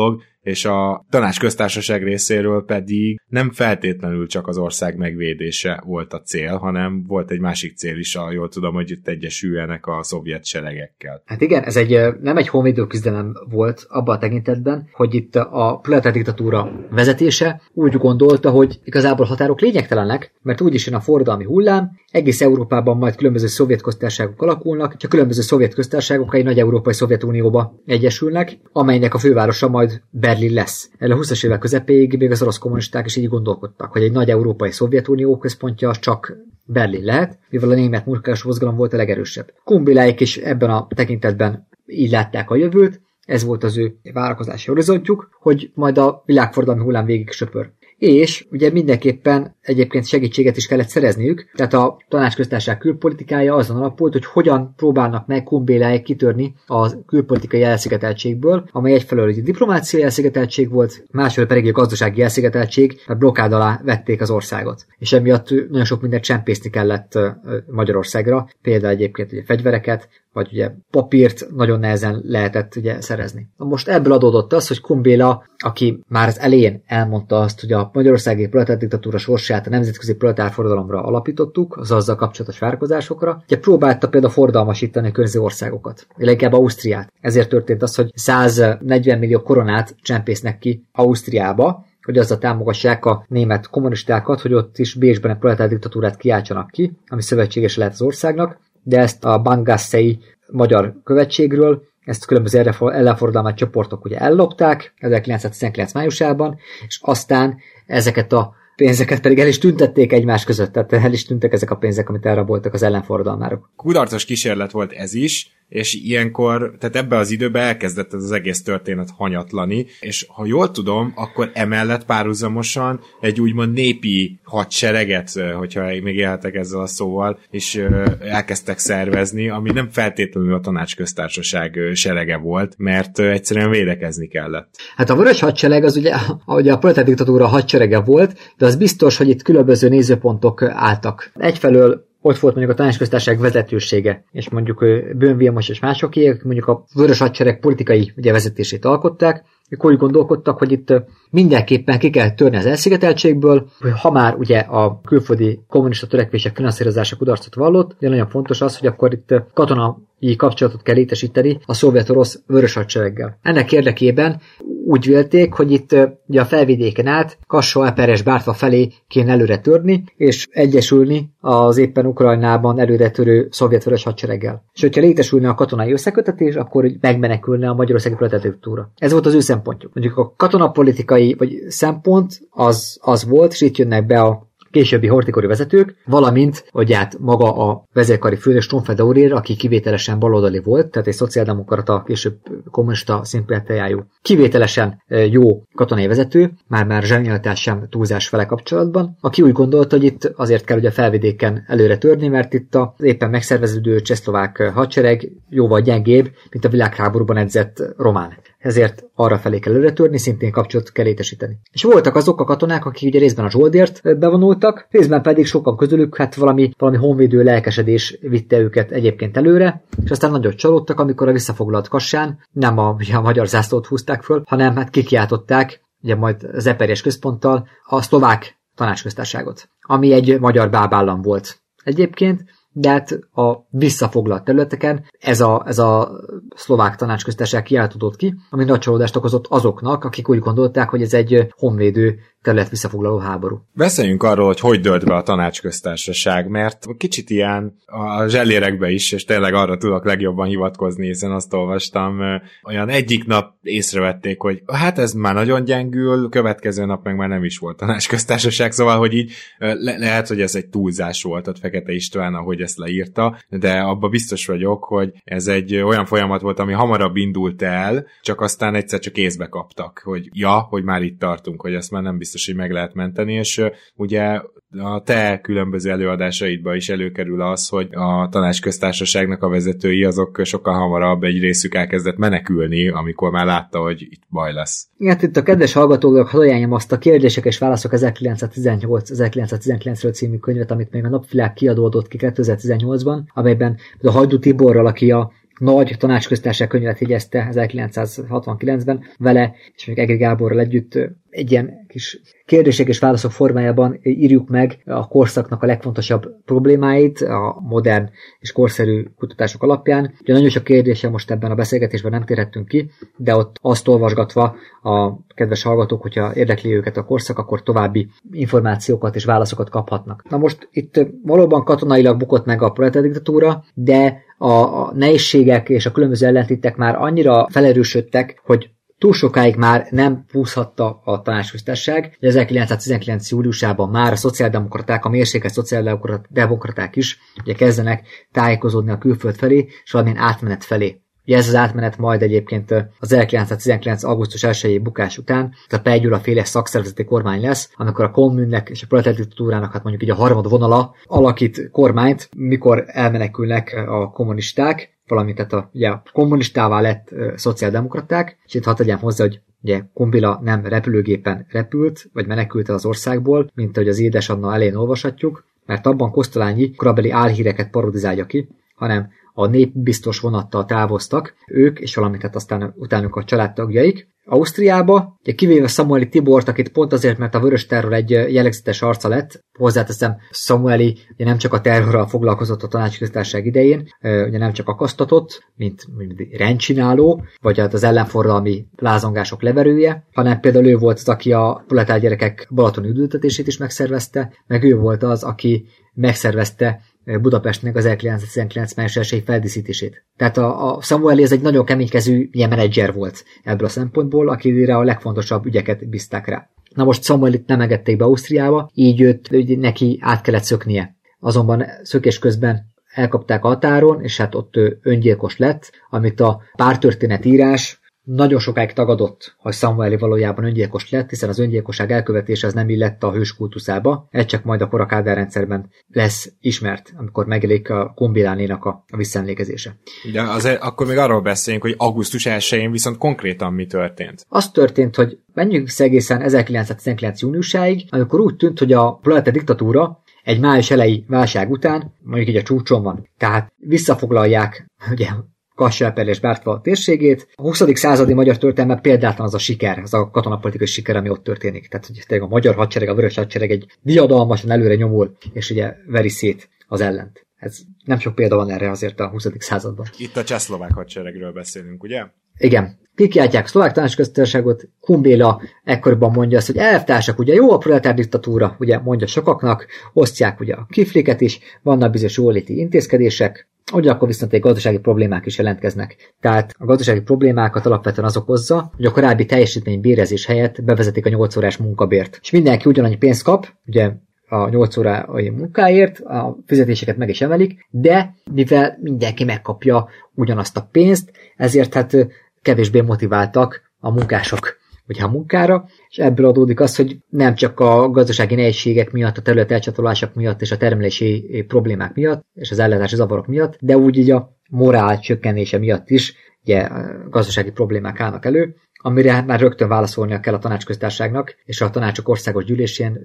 C: és a Tanácsköztársaság részéről pedig nem feltétlenül csak az ország megvédése volt a cél, hanem volt egy másik cél is, jól tudom, hogy itt egyesüljenek a szovjet seregekkel.
D: Hát igen, ez nem egy honvédő küzdelem volt abban a tekintetben, hogy itt a proletár diktatúra vezetése úgy gondolta, hogy igazából határok lényegtelenek, mert úgyis jön a forradalmi hullám, egész Európában majd különböző szovjet köztársaságok alakulnak, csak különböző szovjet köztársaságok egy nagy európai Szovjetunióba egyesülnek, amelynek a fővárosa majd Berlin lesz. El a 20-as évek közepéig még az orosz kommunisták is így gondolkodtak, hogy egy nagy európai Szovjetunió központja csak Berlin lehet, mivel a német munkás mozgalom volt a legerősebb. Kumbiláik is ebben a tekintetben így látták a jövőt, ez volt az ő várakozási horizontjuk, hogy majd a világforradalmi hullám végig söpör. És ugye mindenképpen egyébként segítséget is kellett szerezniük, tehát a Tanácsköztársaság külpolitikája azon alapult, hogy hogyan próbálnak meg Kumbéláig kitörni a külpolitikai elszigeteltségből, amely egyfelől egy diplomáciai elszigeteltség volt, másfelől pedig egy gazdasági elszigeteltség, mert blokkád alá vették az országot. És emiatt nagyon sok mindent csempészni kellett Magyarországra, például egyébként ugye fegyvereket, vagy ugye papírt nagyon nehezen lehetett ugye szerezni. Na most ebből adódott az, hogy Kumbéla, aki már az elején elmondta azt, hogy a magyarországi proletár diktatúra sorsát a nemzetközi proletár forradalomra alapítottuk, az azzal kapcsolatos várakozásokra, ugye próbálta például forradalmasítani a környező országokat, leginkább Ausztriát. Ezért történt az, hogy 140 millió koronát csempésznek ki Ausztriába, hogy azzal támogassák a német kommunistákat, hogy ott is Bécsben egy proletár diktatúrát kiáltsanak ki, ami szövetséges lehet az országnak, de ezt a Bangasszei magyar követségről, ezt különböző ellenforradalmi csoportok ugye ellopták 1919 májusában, és aztán ezeket a pénzeket pedig el is tüntették egymás között, tehát el is tűntek ezek a pénzek, amit elraboltak az ellenforradalmárok.
C: Kudarcos kísérlet volt ez is, és ilyenkor, tehát ebbe az időben elkezdett ez az egész történet hanyatlani, és ha jól tudom, akkor emellett párhuzamosan egy úgymond népi hadsereget, hogyha még élhetek ezzel a szóval, és elkezdtek szervezni, ami nem feltétlenül a Tanácsköztársaság serege volt, mert egyszerűen védekezni kellett.
D: Hát a vörös hadsereg az ugye a proletár diktatúra hadserege volt, de az biztos, hogy itt különböző nézőpontok álltak. Egyfelől ott volt mondjuk a Tanácsköztársaság vezetősége, és mondjuk Böhm Vilmos és másoké, mondjuk a vörös hadsereg politikai ugye, vezetését alkották, ők úgy gondolkodtak, hogy itt mindenképpen ki kell törni az elszigeteltségből, hogy ha már ugye a külföldi kommunista törekvések finanszírozása kudarcot vallott, de nagyon fontos az, hogy akkor itt katonai kapcsolatot kell létesíteni a szovjet-orosz vörös hadsereggel. Ennek érdekében úgy vélték, hogy itt ugye a felvidéken át Kassó, Eper és Bártva felé kéne előre törni, és egyesülni az éppen Ukrajnában előre törő szovjet vörös hadsereggel. És hogyha létesülne a katonai összekötetés, akkor megmenekülne a magyarországi proletár diktatúra. Ez volt az ő szempontjuk. Mondjuk a katonapolitikai vagy szempont az volt, és itt jönnek be a későbbi horthy-kori vezetők, valamint, hogy át maga a vezérkari főnök Sturmfeld Aurier, aki kivételesen baloldali volt, tehát egy szociáldemokrata, később kommunista szimpátiájú, kivételesen jó katonai vezető, már zsenialitás sem túlzás vele kapcsolatban, aki úgy gondolta, hogy itt azért kell ugye a felvidéken előre törni, mert itt az éppen megszerveződő csehszlovák hadsereg jóval gyengébb, mint a világháborúban edzett román. Ezért arra felé kell előre törni, szintén kapcsolatot kell létesíteni. És voltak azok a katonák, akik ugye részben a Zsoldért bevonultak, részben pedig sokan közülük hát valami honvédő lelkesedés vitte őket egyébként előre, és aztán nagyot csalódtak, amikor a visszafoglalt Kassán nem a magyar zászlót húzták föl, hanem hát kikiáltották, ugye majd az Eperjes központtal a szlovák tanácsköztársaságot, ami egy magyar bábállam volt egyébként, de hát a visszafoglalt területeken ez a szlovák tanácsköztársaság kiáltódott ki, ami nagy csalódást okozott azoknak, akik úgy gondolták, hogy ez egy honvédő terület visszafoglaló háború.
C: Beszéljünk arról, hogy dőlt be a Tanácsköztársaság, mert kicsit ilyen a zsellérekbe is, és tényleg arra tudok legjobban hivatkozni, hiszen azt olvastam, olyan egyik nap észrevették, hogy hát ez már nagyon gyengül, következő nap meg már nem is volt Tanácsköztársaság, szóval, hogy így lehet, hogy ez egy túlzás volt a Fekete István, ahogy ezt leírta, de abban biztos vagyok, hogy ez egy olyan folyamat volt, ami hamarabb indult el, csak aztán egyszer csak észbe kaptak, hogy már itt tartunk, hogy ezt már nem biztos, hogy meg lehet menteni, és ugye a te különböző előadásaidban is előkerül az, hogy a Tanácsköztársaságnak a vezetői azok sokkal hamarabb egy részük elkezdett menekülni, amikor már látta, hogy itt baj lesz.
D: Igen, itt a kedves hallgatóknak ajánljam azt a Kérdések és válaszok 1918-1919-ről című könyvet, amit még a Napvilág kiadó adott ki 2018-ban, amelyben a Hajdú Tiborral, aki a nagy tanácsköztársaság könyvet jegyezte 1969-ben vele, és még Egri Gáborral együtt egy ilyen kis kérdések és válaszok formájában írjuk meg a korszaknak a legfontosabb problémáit a modern és korszerű kutatások alapján. Ugye nagyon sok kérdéssel most ebben a beszélgetésben nem térhettünk ki, de ott azt olvasgatva a kedves hallgatók, hogyha érdekli őket a korszak, akkor további információkat és válaszokat kaphatnak. Na most itt valóban katonailag bukott meg a proletariátdiktatúra, de a nehézségek és a különböző ellentétek már annyira felerősödtek, hogy túl sokáig már nem húzhatta a tanácsköztársaság. 1919. júliusában már a szociáldemokraták, a mérsékelt szociáldemokraták is ugye kezdenek tájékozódni a külföld felé, és valamilyen átmenet felé. Ugye ez az átmenet majd egyébként az 1919. augusztus 1-i bukás után, a Pell Gyula féle szakszervezeti kormány lesz, amikor a kommunnek és a proletariátdiktatúrának hát mondjuk így a harmad vonala alakít kormányt, mikor elmenekülnek a kommunisták, valamint tehát ugye a kommunistává lett szociáldemokraták, és itt hadd tegyem hozzá, hogy ugye Kumbila nem repülőgépen repült, vagy menekült el az országból, mint ahogy az Édesanna elén olvashatjuk, mert abban Kosztolányi korabeli álhíreket parodizálja ki, hanem a népbiztos vonattal távoztak, ők, és valamint hát aztán utánuk a családtagjaik. Ausztriába, ugye kivéve Samueli Tibort, akit pont azért, mert a Vörös Terror egy jellegzetes arca lett, hozzáteszem, Samueli ugye nem csak a terrorral foglalkozott a tanácsköztársaság idején, ugye nem csak akasztatott, mint rendcsináló, vagy hát az ellenforradalmi lázongások leverője, hanem például ő volt az, aki a proletár gyerekek balatoni üldöztetését is megszervezte, meg ő volt az, aki megszervezte Budapestnek az 1919. május 1-i feldíszítését. Tehát a Samueli ez egy nagyon keménykezű ilyen menedzser volt ebből a szempontból, akire a legfontosabb ügyeket bízták rá. Na most Samuelit nem engedték be Ausztriába, így őt neki át kellett szöknie. Azonban szökés közben elkapták a határon, és hát ott öngyilkos lett, amit a pártörténetírás nagyon sokáig tagadott, hogy Samueli valójában öngyilkos lett, hiszen az öngyilkosság elkövetése az nem illett a hős kultuszába, ez csak majd a kora Kádár rendszerben lesz ismert, amikor megjelenik a Kumbilánénak a visszaemlékezése.
C: De azért akkor még arról beszéljünk, hogy augusztus 1-én viszont konkrétan mi történt.
D: Az történt, hogy menjünk vissza egészen 1919. júniusáig, amikor úgy tűnt, hogy a proletár diktatúra egy május elejé válság után, mondjuk így a csúcson van, tehát visszafoglalják, ugye, Kassel-Perl és Bártva térségét. A 20. századi magyar történelme példátlan az a siker, az a katonapolitikai siker, ami ott történik. Tehát, hogy tényleg a magyar hadsereg, a vörös hadsereg egy diadalmasan előre nyomul, és ugye veri szét az ellent. Ez nem sok példa van erre azért a 20. században.
C: Itt a csehszlovák hadseregről beszélünk, ugye?
D: Igen. Kikiáltják a szlovák tanácsköztársaságot, Kumbéla ekkoriban mondja azt, hogy elvtársak, ugye jó a proletár diktatúra, ugye mondja sokaknak, osztják ugye a kifléket is, vannak bizonyos jóléti intézkedések, ugyanakkor viszont egy gazdasági problémák is jelentkeznek. Tehát a gazdasági problémákat alapvetően az okozza, hogy a korábbi teljesítménybérezés helyett bevezetik a 8 órás munkabért. És mindenki ugyanannyi pénzt kap, ugye a 8 órai munkáért, a fizetéseket meg is emelik, de mivel mindenki megkapja ugyanazt a pénzt, ezért hát kevésbé motiváltak a munkások ugye a munkára, és ebből adódik az, hogy nem csak a gazdasági nehézségek miatt, a terület elcsatolások miatt és a termelési problémák miatt, és az ellátási zavarok miatt, de úgy így a morál csökkenése miatt is ugye gazdasági problémák állnak elő, amire már rögtön válaszolnia kell a tanácsköztársaságnak, és a tanácsok országos gyűlésén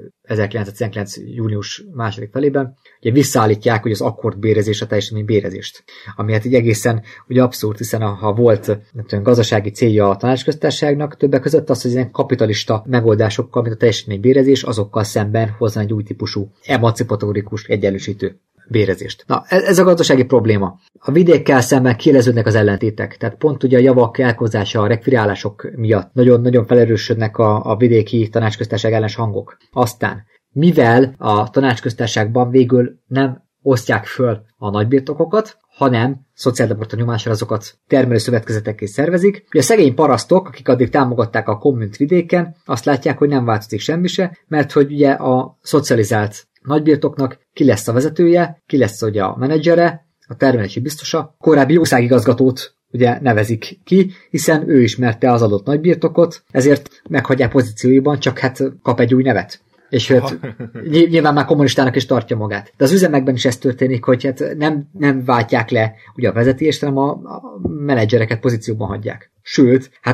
D: 1919. június 2. felében ugye visszaállítják ugye az akkordbérezés, a teljesítménybérezést. Ami hát így egészen ugye abszurd, hiszen ha volt gazdasági célja a tanácsköztársaságnak, többek között az, hogy ilyen kapitalista megoldásokkal, mint a teljesítménybérezés, azokkal szemben hozzá egy új típusú emancipatórikus egyenlősítő bérezést. Na, ez a gazdasági probléma. A vidékkel szemben kiéleződnek az ellentétek. Tehát pont ugye a javak elkozása, a rekvirálások miatt nagyon-nagyon felerősödnek a vidéki tanácsköztársaság ellenes hangok. Aztán, mivel a tanácsköztársaságban végül nem osztják föl a nagybirtokokat, hanem szociáldemokrata nyomásra azokat termelőszövetkezetekké szervezik. Ugye a szegény parasztok, akik addig támogatták a kommunt vidéken, azt látják, hogy nem változik semmi se, mert hogy ugye a szocializált nagybirtoknak ki lesz a vezetője, ki lesz ugye a menedzsere, a termelési biztosa, korábbi jószágigazgatót ugye nevezik ki, hiszen ő ismerte az adott nagybirtokot, ezért meghagyják pozícióiban, csak hát kap egy új nevet. És hát nyilván már kommunistának is tartja magát. De az üzemekben is ez történik, hogy hát nem váltják le ugye a vezetést, hanem a menedzsereket pozícióban hagyják. Sőt, hát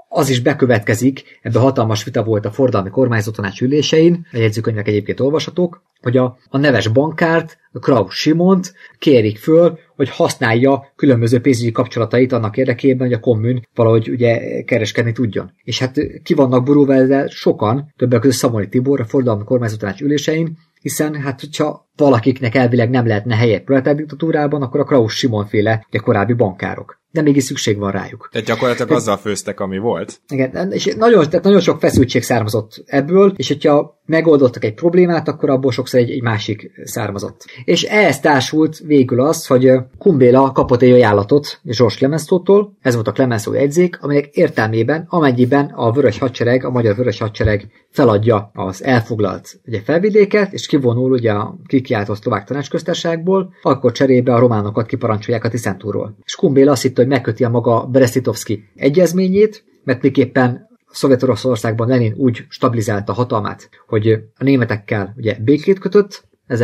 D: az is bekövetkezik, ebben hatalmas vita volt a forradalmi kormányzótanács ülésein, a jegyzőkönyvek egyébként olvashatók, hogy a neves bankárt, a Krausz Simont kérik föl, hogy használja különböző pénzügyi kapcsolatait annak érdekében, hogy a kommun valahogy ugye kereskedni tudjon. És hát ki vannak borulva ezzel sokan, többek között Szamori Tibor a forradalmi kormányzótanács ülésein, hiszen hát hogyha valakiknek elvileg nem lehetne helye proletár-diktatúrában, akkor a Krausz Simon-féle korábbi bankárok. De mégis szükség van rájuk.
C: Tehát gyakorlatilag azzal főztek, ami volt.
D: Igen, és nagyon sok feszültség származott ebből, és hogyha megoldottak egy problémát, akkor abból sokszor egy másik származott. És ehhez társult végül az, hogy Kumbéla kapott egy ajánlatot George Clemenceautól, ez volt a Clemenceau jegyzék, aminek értelmében, amennyiben a Vörös Hadsereg, a Magyar Vörös Hadsereg feladja az elfoglalt ugye, felvidéket, és kivonul ugye a kikiáltott szlovák tanácsköztárságból, akkor cserébe a románokat kiparancsolják a Tiszántúról. És Kumbéla azt hitte, hogy megköti a maga Brest-Litovszki egyezményét, mert miképpen Szovjet-Oroszországban Lenin úgy stabilizálta a hatalmát, hogy a németekkel ugye békét kötött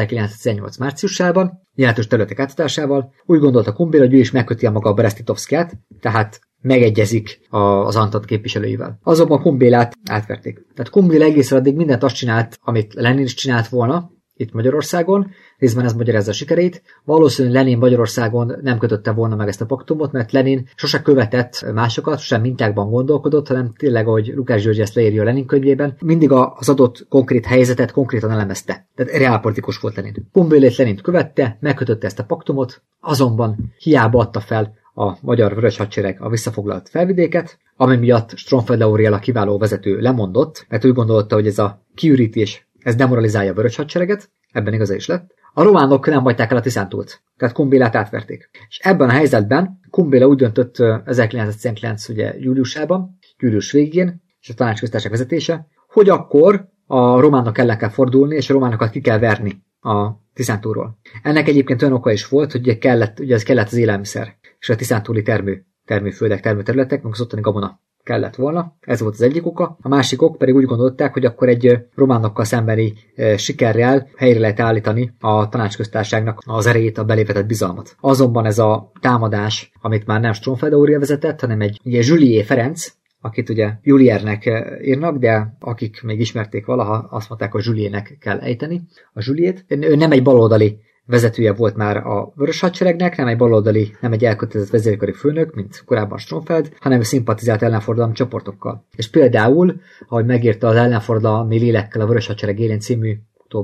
D: 1918 márciusában, jelentős területek átadásával. Úgy gondolta Kumbéla, hogy ő is megköti a maga a Brest-Litovszkiját, tehát megegyezik az Antant képviselőivel. Azonban Kumbélát átverték. Tehát Kumbéla egészen addig mindent azt csinált, amit Lenin is csinált volna, itt Magyarországon, részben ez magyarázza a sikerét. Valószínűleg Lenin Magyarországon nem kötötte volna meg ezt a paktumot, mert Lenin sose követett másokat, sosem mintákban gondolkodott, hanem tényleg, ahogy Lukács György ezt leírja a Lenin könyvében, mindig az adott konkrét helyzetet konkrétan elemezte. Tehát reálpolitikus volt Lenin. Kumbélét Lenint követte, megkötötte ezt a paktumot, azonban hiába adta fel a Magyar Vörös Hadsereg a visszafoglalt felvidéket, ami miatt Stromfeld Lauriel a kiváló vezető lemondott, mert úgy gondolta, hogy ez a kiürítés ez demoralizálja a Vörös Hadsereget, ebben igaza is lett. A románok nem hagyták el a Tiszántúlt, tehát Kumbélát átverték. És ebben a helyzetben Kumbéla úgy döntött 1919 ugye, július végén, és a tanácsköztársaság vezetése, hogy akkor a románok ellen kell fordulni, és a románokat ki kell verni a Tiszántúlról. Ennek egyébként olyan oka is volt, hogy ugye kellett az élelmiszer, és a tiszántúli termőföldek, termőterületek, meg az ottani gabona kellett volna. Ez volt az egyik oka. A másik ok pedig úgy gondolták, hogy akkor egy románokkal szembeni sikerrel helyre lehet állítani a tanácsköztárságnak az erejét, a belévetett bizalmat. Azonban ez a támadás, amit már nem Stromfeld Lauriel vezetett, hanem egy ugye Julié Ferenc, akit ugye Juliernek írnak, de akik még ismerték valaha, azt mondták, hogy Juliének kell ejteni a Juliét. Ő nem egy baloldali vezetője volt már a Vörös Hadseregnek, nem egy baloldali, nem egy elkötelezett vezérkari főnök, mint korábban Stromfeld, hanem szimpatizált ellenforradalmi csoportokkal. És például, ahogy megírta az Ellenforradalmi lélekkel a Vörös Hadsereg élén című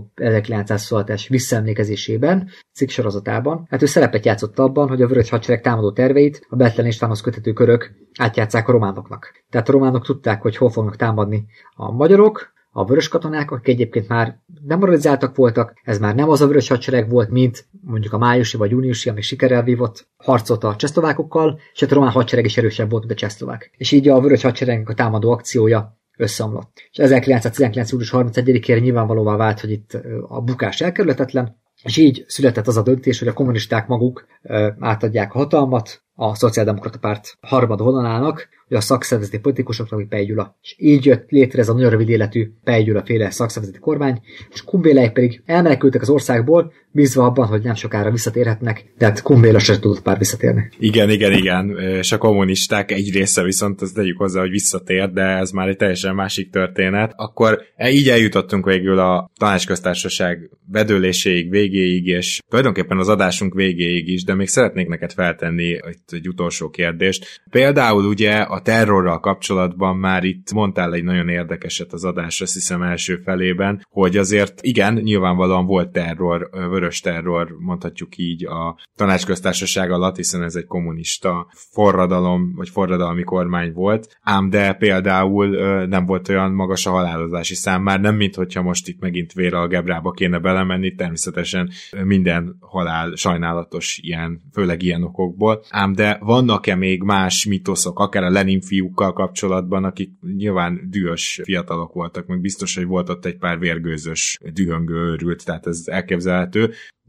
D: 1926-es visszaemlékezésében, cikk sorozatában, hát ő szerepet játszott abban, hogy a Vörös Hadsereg támadó terveit a Bethlen Istvánhoz köthető körök átjátsszák a románoknak. Tehát a románok tudták, hogy hol fognak támadni a magyarok, a vörös katonák, akik egyébként már demoralizáltak voltak, ez már nem az a Vörös Hadsereg volt, mint mondjuk a májusi vagy júniusi, amíg sikerrel vívott harcot a csehszlovákokkal, és a román hadsereg is erősebb volt, mint a csehszlovák. És így a Vörös Hadseregnek a támadó akciója összeomlott. És 1919. július 31-ére nyilvánvalóvá vált, hogy itt a bukás elkerülhetetlen, és így született az a döntés, hogy a kommunisták maguk átadják a hatalmat a Szociáldemokrata Párt harmad vonalának, hogy a szakszervezeti politikusoknak, Pej Gyula. És így jött létre ez a nagyon rövid életű Pej Gyula féle szakszervezeti kormány, és Kumbéláik pedig elmenekültek az országból, bízva abban, hogy nem sokára visszatérhetnek, de hát Kumbéla sem tudott pár visszatérni.
C: Igen, és a kommunisták egy része viszont, azt tegyük hozzá, hogy visszatér, de ez már egy teljesen másik történet. Akkor így eljutottunk végül a tanácsköztársaság bedőléséig, végéig, és tulajdonképpen az adásunk végéig is, de még szeretnék neked feltenni egy utolsó kérdést. Például ugye a terrorral kapcsolatban már itt mondtál egy nagyon érdekeset az adásra, azt hiszem első felében, hogy azért igen, nyilvánvalóan volt terror, vörös terror, mondhatjuk így a tanácsköztársaság alatt, hiszen ez egy kommunista forradalom, vagy forradalmi kormány volt, ám de például nem volt olyan magas a halálozási szám, már nem minthogyha most itt megint véralgebrába kéne belemenni, természetesen minden halál sajnálatos ilyen, főleg ilyen okokból, ám de vannak-e még más mitoszok, akár a Lenin fiúkkal kapcsolatban, akik nyilván dühös fiatalok voltak, meg biztos, hogy volt ott egy pár vérgőzös, dühöngő őrült, tehát ez elképzelhető,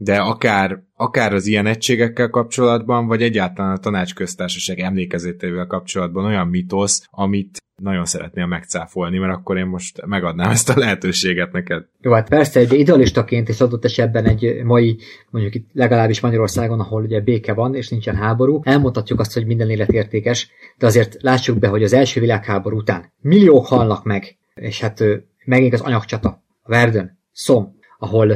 C: de akár az ilyen egységekkel kapcsolatban, vagy egyáltalán a Tanácsköztársaság emlékezetével kapcsolatban olyan mitosz, amit nagyon szeretnél megcáfolni, mert akkor én most megadnám ezt a lehetőséget neked.
D: Jó, hát persze, egy idealistaként és adott esetben egy mai, mondjuk itt legalábbis Magyarországon, ahol ugye béke van, és nincsen háború, elmondhatjuk azt, hogy minden élet értékes, de azért lássuk be, hogy az első világháború után milliók halnak meg, és hát megint az anyagcsata, a Verdun, Somme, ahol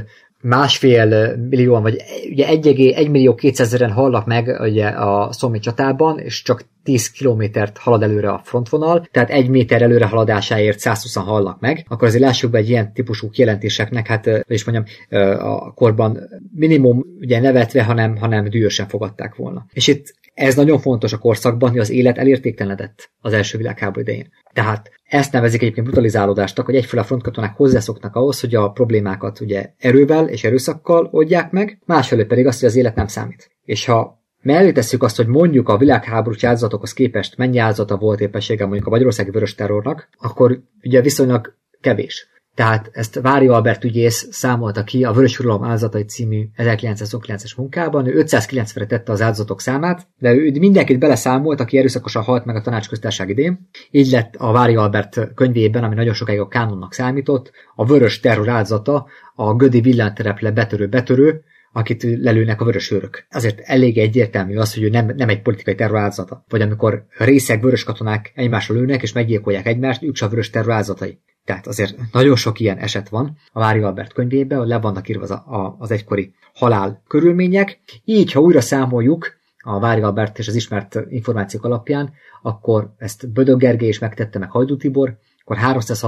D: 1,5 millióan, vagy ugye 1.200.000-en halnak meg ugye a Somme csatában, és csak 10 kilométert halad előre a frontvonal, tehát 1 méter előre haladásáért 120-an halnak meg, akkor azért lássuk be egy ilyen típusú kijelentéseknek, hát, és mondjam, a korban minimum ugye nevetve, hanem dühösen fogadták volna. És itt ez nagyon fontos a korszakban, hogy az élet elértéktelenedett az első világháború idején. Tehát ezt nevezik egyébként brutalizálódásnak, hogy egyfelől a frontkatonák hozzászoknak ahhoz, hogy a problémákat ugye erővel és erőszakkal oldják meg, másfelől pedig azt, hogy az élet nem számít. És ha mellé tesszük azt, hogy mondjuk a világháborús áldozatokhoz képest mennyi áldozata volt éppenséggel mondjuk a magyarországi vörös terrornak, akkor ugye viszonylag kevés. Tehát ezt Vári Albert ügyész számolta ki a Vörös Uralom áldozatai című 1929-es munkában. Ő 590-re tette az áldozatok számát, de ő mindenkit beleszámolt, aki erőszakosan halt meg a Tanácsköztársaság idején. Így lett a Vári Albert könyvében, ami nagyon sokáig a kánonnak számított, a vörös terror áldozata, a gödi villanytereple betörő, akit lelőnek a vörös őrök. Azért elég egyértelmű az, hogy ő nem egy politikai terror áldozata. Vagy amikor részeg vörös katonák egymásra lőnek és meggyilkolják egymást, ők sem vörös terror áldozatai. Tehát azért nagyon sok ilyen eset van a Vári Albert könyvében, hogy le vannak írva az egykori halál körülmények. Így, ha újra számoljuk a Vári Albert és az ismert információk alapján, akkor ezt Bödög Gergely is megtette, meg Hajdú Tibor, akkor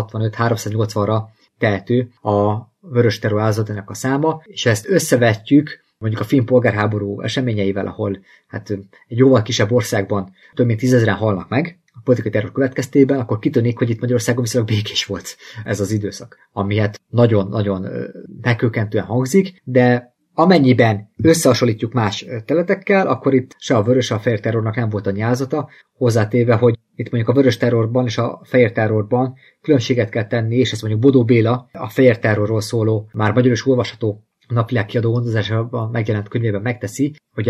D: 365-380-ra tehető a vörös terror áldozatának a száma, és ha ezt összevetjük mondjuk a finn polgárháború eseményeivel, ahol hát egy jóval kisebb országban több mint 10 000-en halnak meg a politikai terror következtében, akkor kitűnik, hogy itt Magyarországon viszonylag békés volt ez az időszak, ami hát nagyon-nagyon megkökkentően hangzik, de amennyiben összehasonlítjuk más területekkel, akkor itt se a vörös, se a fehér terrornak nem volt annyi áldozata, hozzátéve, hogy itt mondjuk a vörös terrorban és a fehér terrorban különbséget kell tenni, és ezt mondjuk Bodó Béla a fehér terrorról szóló, már magyarul is olvasható napvilág kiadó gondozásában megjelent könyvében megteszi, hogy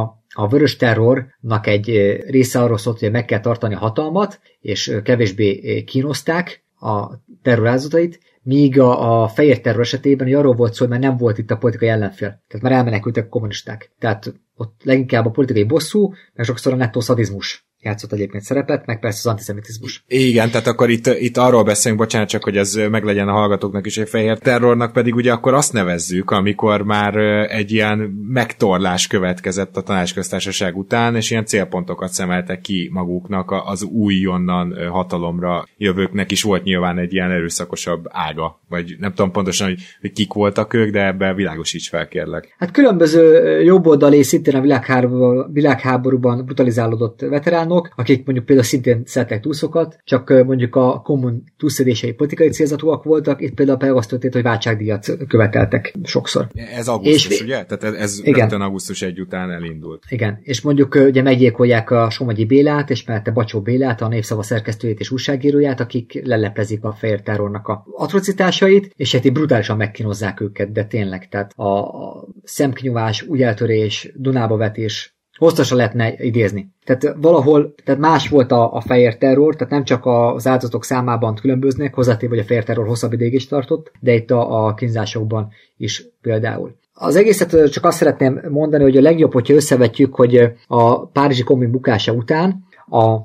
D: a vörös terrornak egy része arról szólt, hogy meg kell tartani a hatalmat, és kevésbé kínozták a terror áldozatait, míg a fehér terror esetében arról volt szó, hogy már nem volt itt a politikai ellenfél. Tehát már elmenekültek a kommunisták. Tehát ott leginkább a politikai bosszú, meg sokszor a nettó szadizmus játszott egyébként szerepet, meg persze az antiszemitizmus.
C: Igen, tehát akkor itt arról beszélünk, bocsánat, csak hogy ez meglegyen a hallgatóknak is, egy fehér terrornak pedig ugye akkor azt nevezzük, amikor már egy ilyen megtorlás következett a Tanácsköztársaság után, és ilyen célpontokat szemeltek ki maguknak az újonnan hatalomra jövőknek is volt nyilván egy ilyen erőszakosabb ága, vagy nem tudom pontosan, hogy kik voltak ők, de ebben világosíts fel, kérlek.
D: Hát különböző jobboldali, szintén a világháborúban brutalizálódott veteránok, akik mondjuk például szintén szerettek túlszokat, csak mondjuk a kommun túlszedései politikai célzatúak voltak, itt például azt történt, hogy váltságdíjat követeltek sokszor.
C: Ez augusztus, ugye? Tehát ez rögtön augusztus 1 után elindult.
D: Igen, és mondjuk ugye meggyilkolják a Somogyi Bélát, és mellette Bacsó Bélát, a Népszava szerkesztőjét és újságíróját, akik leleplezik a fehér terrornak a atrocitásait, és hát brutálisan megkínozzák őket, de tényleg, tehát a szemkinyúvás, ügyeltörés, Dunába vetés, hosszasan lehetne idézni. Tehát valahol, tehát más volt a fehér terror, tehát nem csak az áldozatok számában különböznek, hozzátéve, hogy a fehér terror hosszabb ideig is tartott, de itt a kínzásokban is például. Az egészet csak azt szeretném mondani, hogy a legjobb, hogyha összevetjük, hogy a párizsi kommun bukása után, a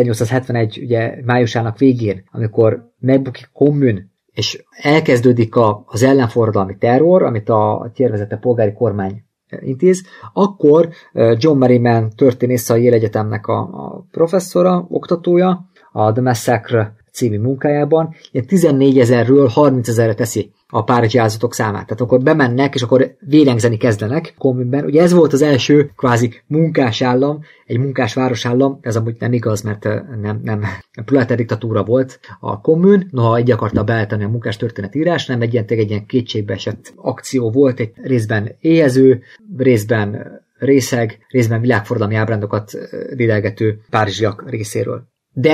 D: 1871 ugye, májusának végén, amikor megbukik kommun, és elkezdődik az ellenforradalmi terror, amit a tervezette polgári kormány intéz, akkor John Merriman történész, a Yale Egyetemnek a professzora, oktatója, a The Massacre című munkájában, 14 000-ről 30 000-re teszi a párizsi áldozatok számát. Tehát akkor bemennek, és akkor vérengzeni kezdenek kommunben. Ugye ez volt az első kvázi munkásállam, egy munkás városállam, ez amúgy nem igaz, mert nem proletár diktatúra volt a kommun, noha így akarta beállítani a munkás történetírás, nem egy ilyen kétségbeesett akció volt, egy részben éhező, részben részeg, részben világforradalmi ábrándokat dédelgető párizsiak részéről. De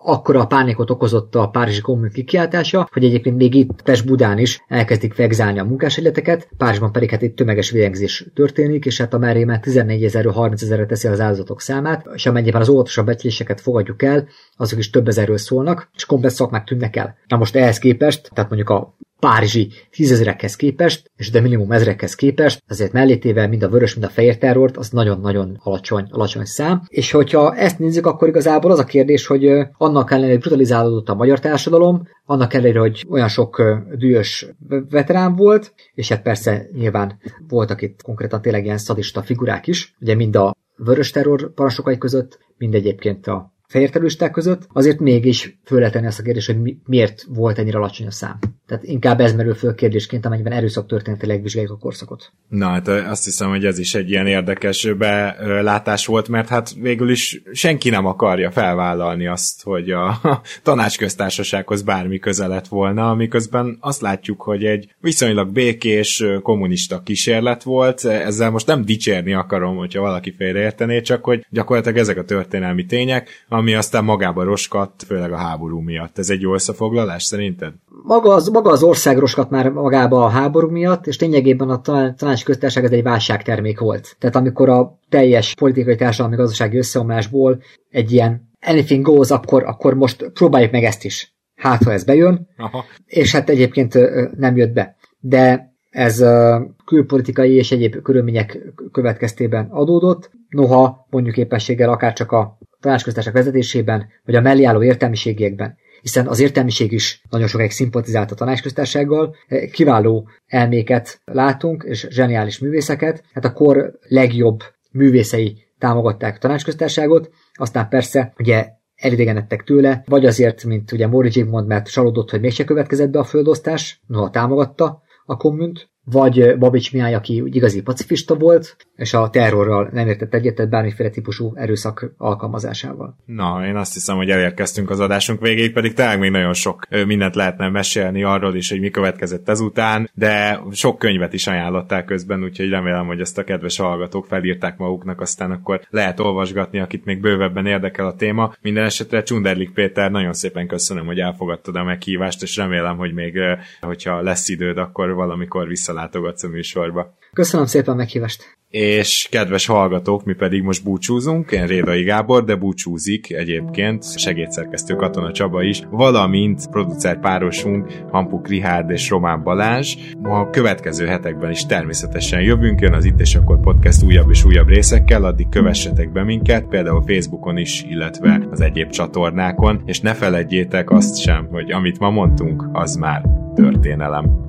D: akkora a pánikot okozott a párizsi kommun kikiáltása, hogy egyébként még itt Pest-Budán is elkezdik vegzálni a munkásegyleteket, Párizsban pedig hát egy tömeges vérengzés történik, és hát a már 14 000-ről 30 000-re teszi az áldozatok számát, és amennyiben az óvatosabb becsléseket fogadjuk el, azok is több ezerről szólnak, és komplet szakmák tűnnek el. Na most ehhez képest, tehát mondjuk a párizsi 10 000-ekhez képest, és de minimum 1000-ekhez képest, azért mellétével mind a vörös, mind a fehér terrort, az nagyon-nagyon alacsony szám. És hogyha ezt nézzük, akkor igazából az a kérdés, hogy annak ellenére, hogy brutalizálódott a magyar társadalom, annak ellenére, hogy olyan sok dühös veterán volt, és hát persze nyilván voltak itt konkrétan tényleg ilyen szadista figurák is, ugye mind a vörös terror parancsnokai között, mind egyébként a fehér terroristák között, azért mégis föl lehet tenni azt a kérdést, hogy miért volt ennyire alacsony a szám. Tehát inkább ez merül föl kérdésként, amennyiben erőszaktörténetileg vizsgáljuk a korszakot.
C: Na, hát azt hiszem, hogy ez is egy ilyen érdekes belátás volt, mert hát végül is senki nem akarja felvállalni azt, hogy a tanácsköztársasághoz bármi köze lett volna, miközben azt látjuk, hogy egy viszonylag békés kommunista kísérlet volt. Ezzel most nem dicsérni akarom, hogyha valaki félreértené, csak hogy gyakorlatilag ezek a történelmi tények, ami aztán magába roskadt, főleg a háború miatt. Ez egy jó összefoglalás szerinted?
D: Maga az ország roskadt már magába a háború miatt, és lényegében a tanácsköztársaság ez egy válságtermék volt. Tehát amikor a teljes politikai társadalmi gazdasági összeomlásból egy ilyen anything goes, akkor most próbáljuk meg ezt is. Hát, ha ez bejön, aha. És hát egyébként nem jött be. De ez külpolitikai és egyéb körülmények következtében adódott, noha mondjuk éppenséggel akár csak a tanácsköztársaság vezetésében, vagy a mellé álló értelmiségiekben, hiszen az értelmiség is nagyon sokáig szimpatizált a tanácsköztársággal, kiváló elméket látunk, és zseniális művészeket, hát a kor legjobb művészei támogatták a tanácsköztárságot, aztán persze ugye elidegenedtek tőle, vagy azért, mint ugye Maury Zsigmond, mert csalódott, hogy mégse következett be a földosztás, noha támogatta a kommunt, vagy Babics Mihály, aki igazi pacifista volt, és a terrorral nem értett egyet, bármiféle típusú erőszak alkalmazásával.
C: Na, én azt hiszem, hogy elérkeztünk az adásunk végéig, pedig tényleg még nagyon sok mindent lehetne mesélni arról is, hogy mi következett ezután, de sok könyvet is ajánlották közben, úgyhogy remélem, hogy ezt a kedves hallgatók felírták maguknak, aztán akkor lehet olvasgatni, akit még bővebben érdekel a téma. Minden esetre Csunderlik Péter, nagyon szépen köszönöm, hogy elfogadtad a meghívást, és remélem, hogy még, hogyha lesz időd, akkor valamikor visszalátogatsz a műsorba.
D: Köszönöm szépen a meghívást!
C: És kedves hallgatók, mi pedig most búcsúzunk, én Rédai Gábor, de búcsúzik egyébként segédszerkesztő Katona Csaba is, valamint producer párosunk Hampuk Richárd és Román Balázs. A következő hetekben is természetesen jövünk, jön az Itt és Akkor podcast újabb és újabb részekkel, addig kövessetek be minket, például Facebookon is, illetve az egyéb csatornákon, és ne feledjétek azt sem, hogy amit ma mondtunk, az már történelem.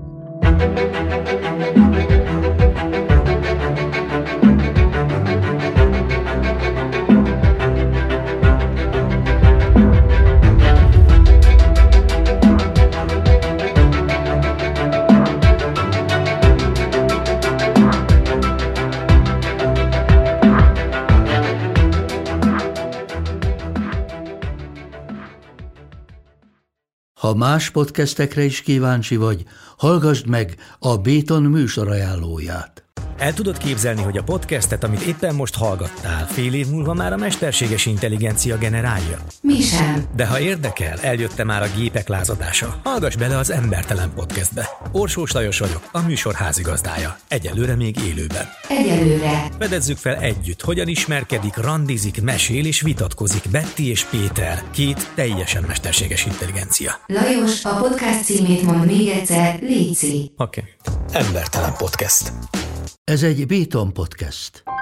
A: Ha más podcastekre is kíváncsi vagy, hallgassd meg a Béton műsor ajánlóját.
B: El tudod képzelni, hogy a podcastet, amit éppen most hallgattál, fél év múlva már a mesterséges intelligencia generálja?
E: Mi sem.
B: De ha érdekel, eljött már a gépek lázadása. Hallgass bele az Embertelen podcastbe. Orsós Lajos vagyok, a műsor házigazdája. Egyelőre még élőben.
E: Egyelőre.
B: Fedezzük fel együtt, hogyan ismerkedik, randizik, mesél és vitatkozik Betty és Péter, két teljesen mesterséges intelligencia.
E: Lajos, a podcast címét mond még egyszer, léci.
B: Oké. Embertelen podcast.
A: Ez egy Béton podcast.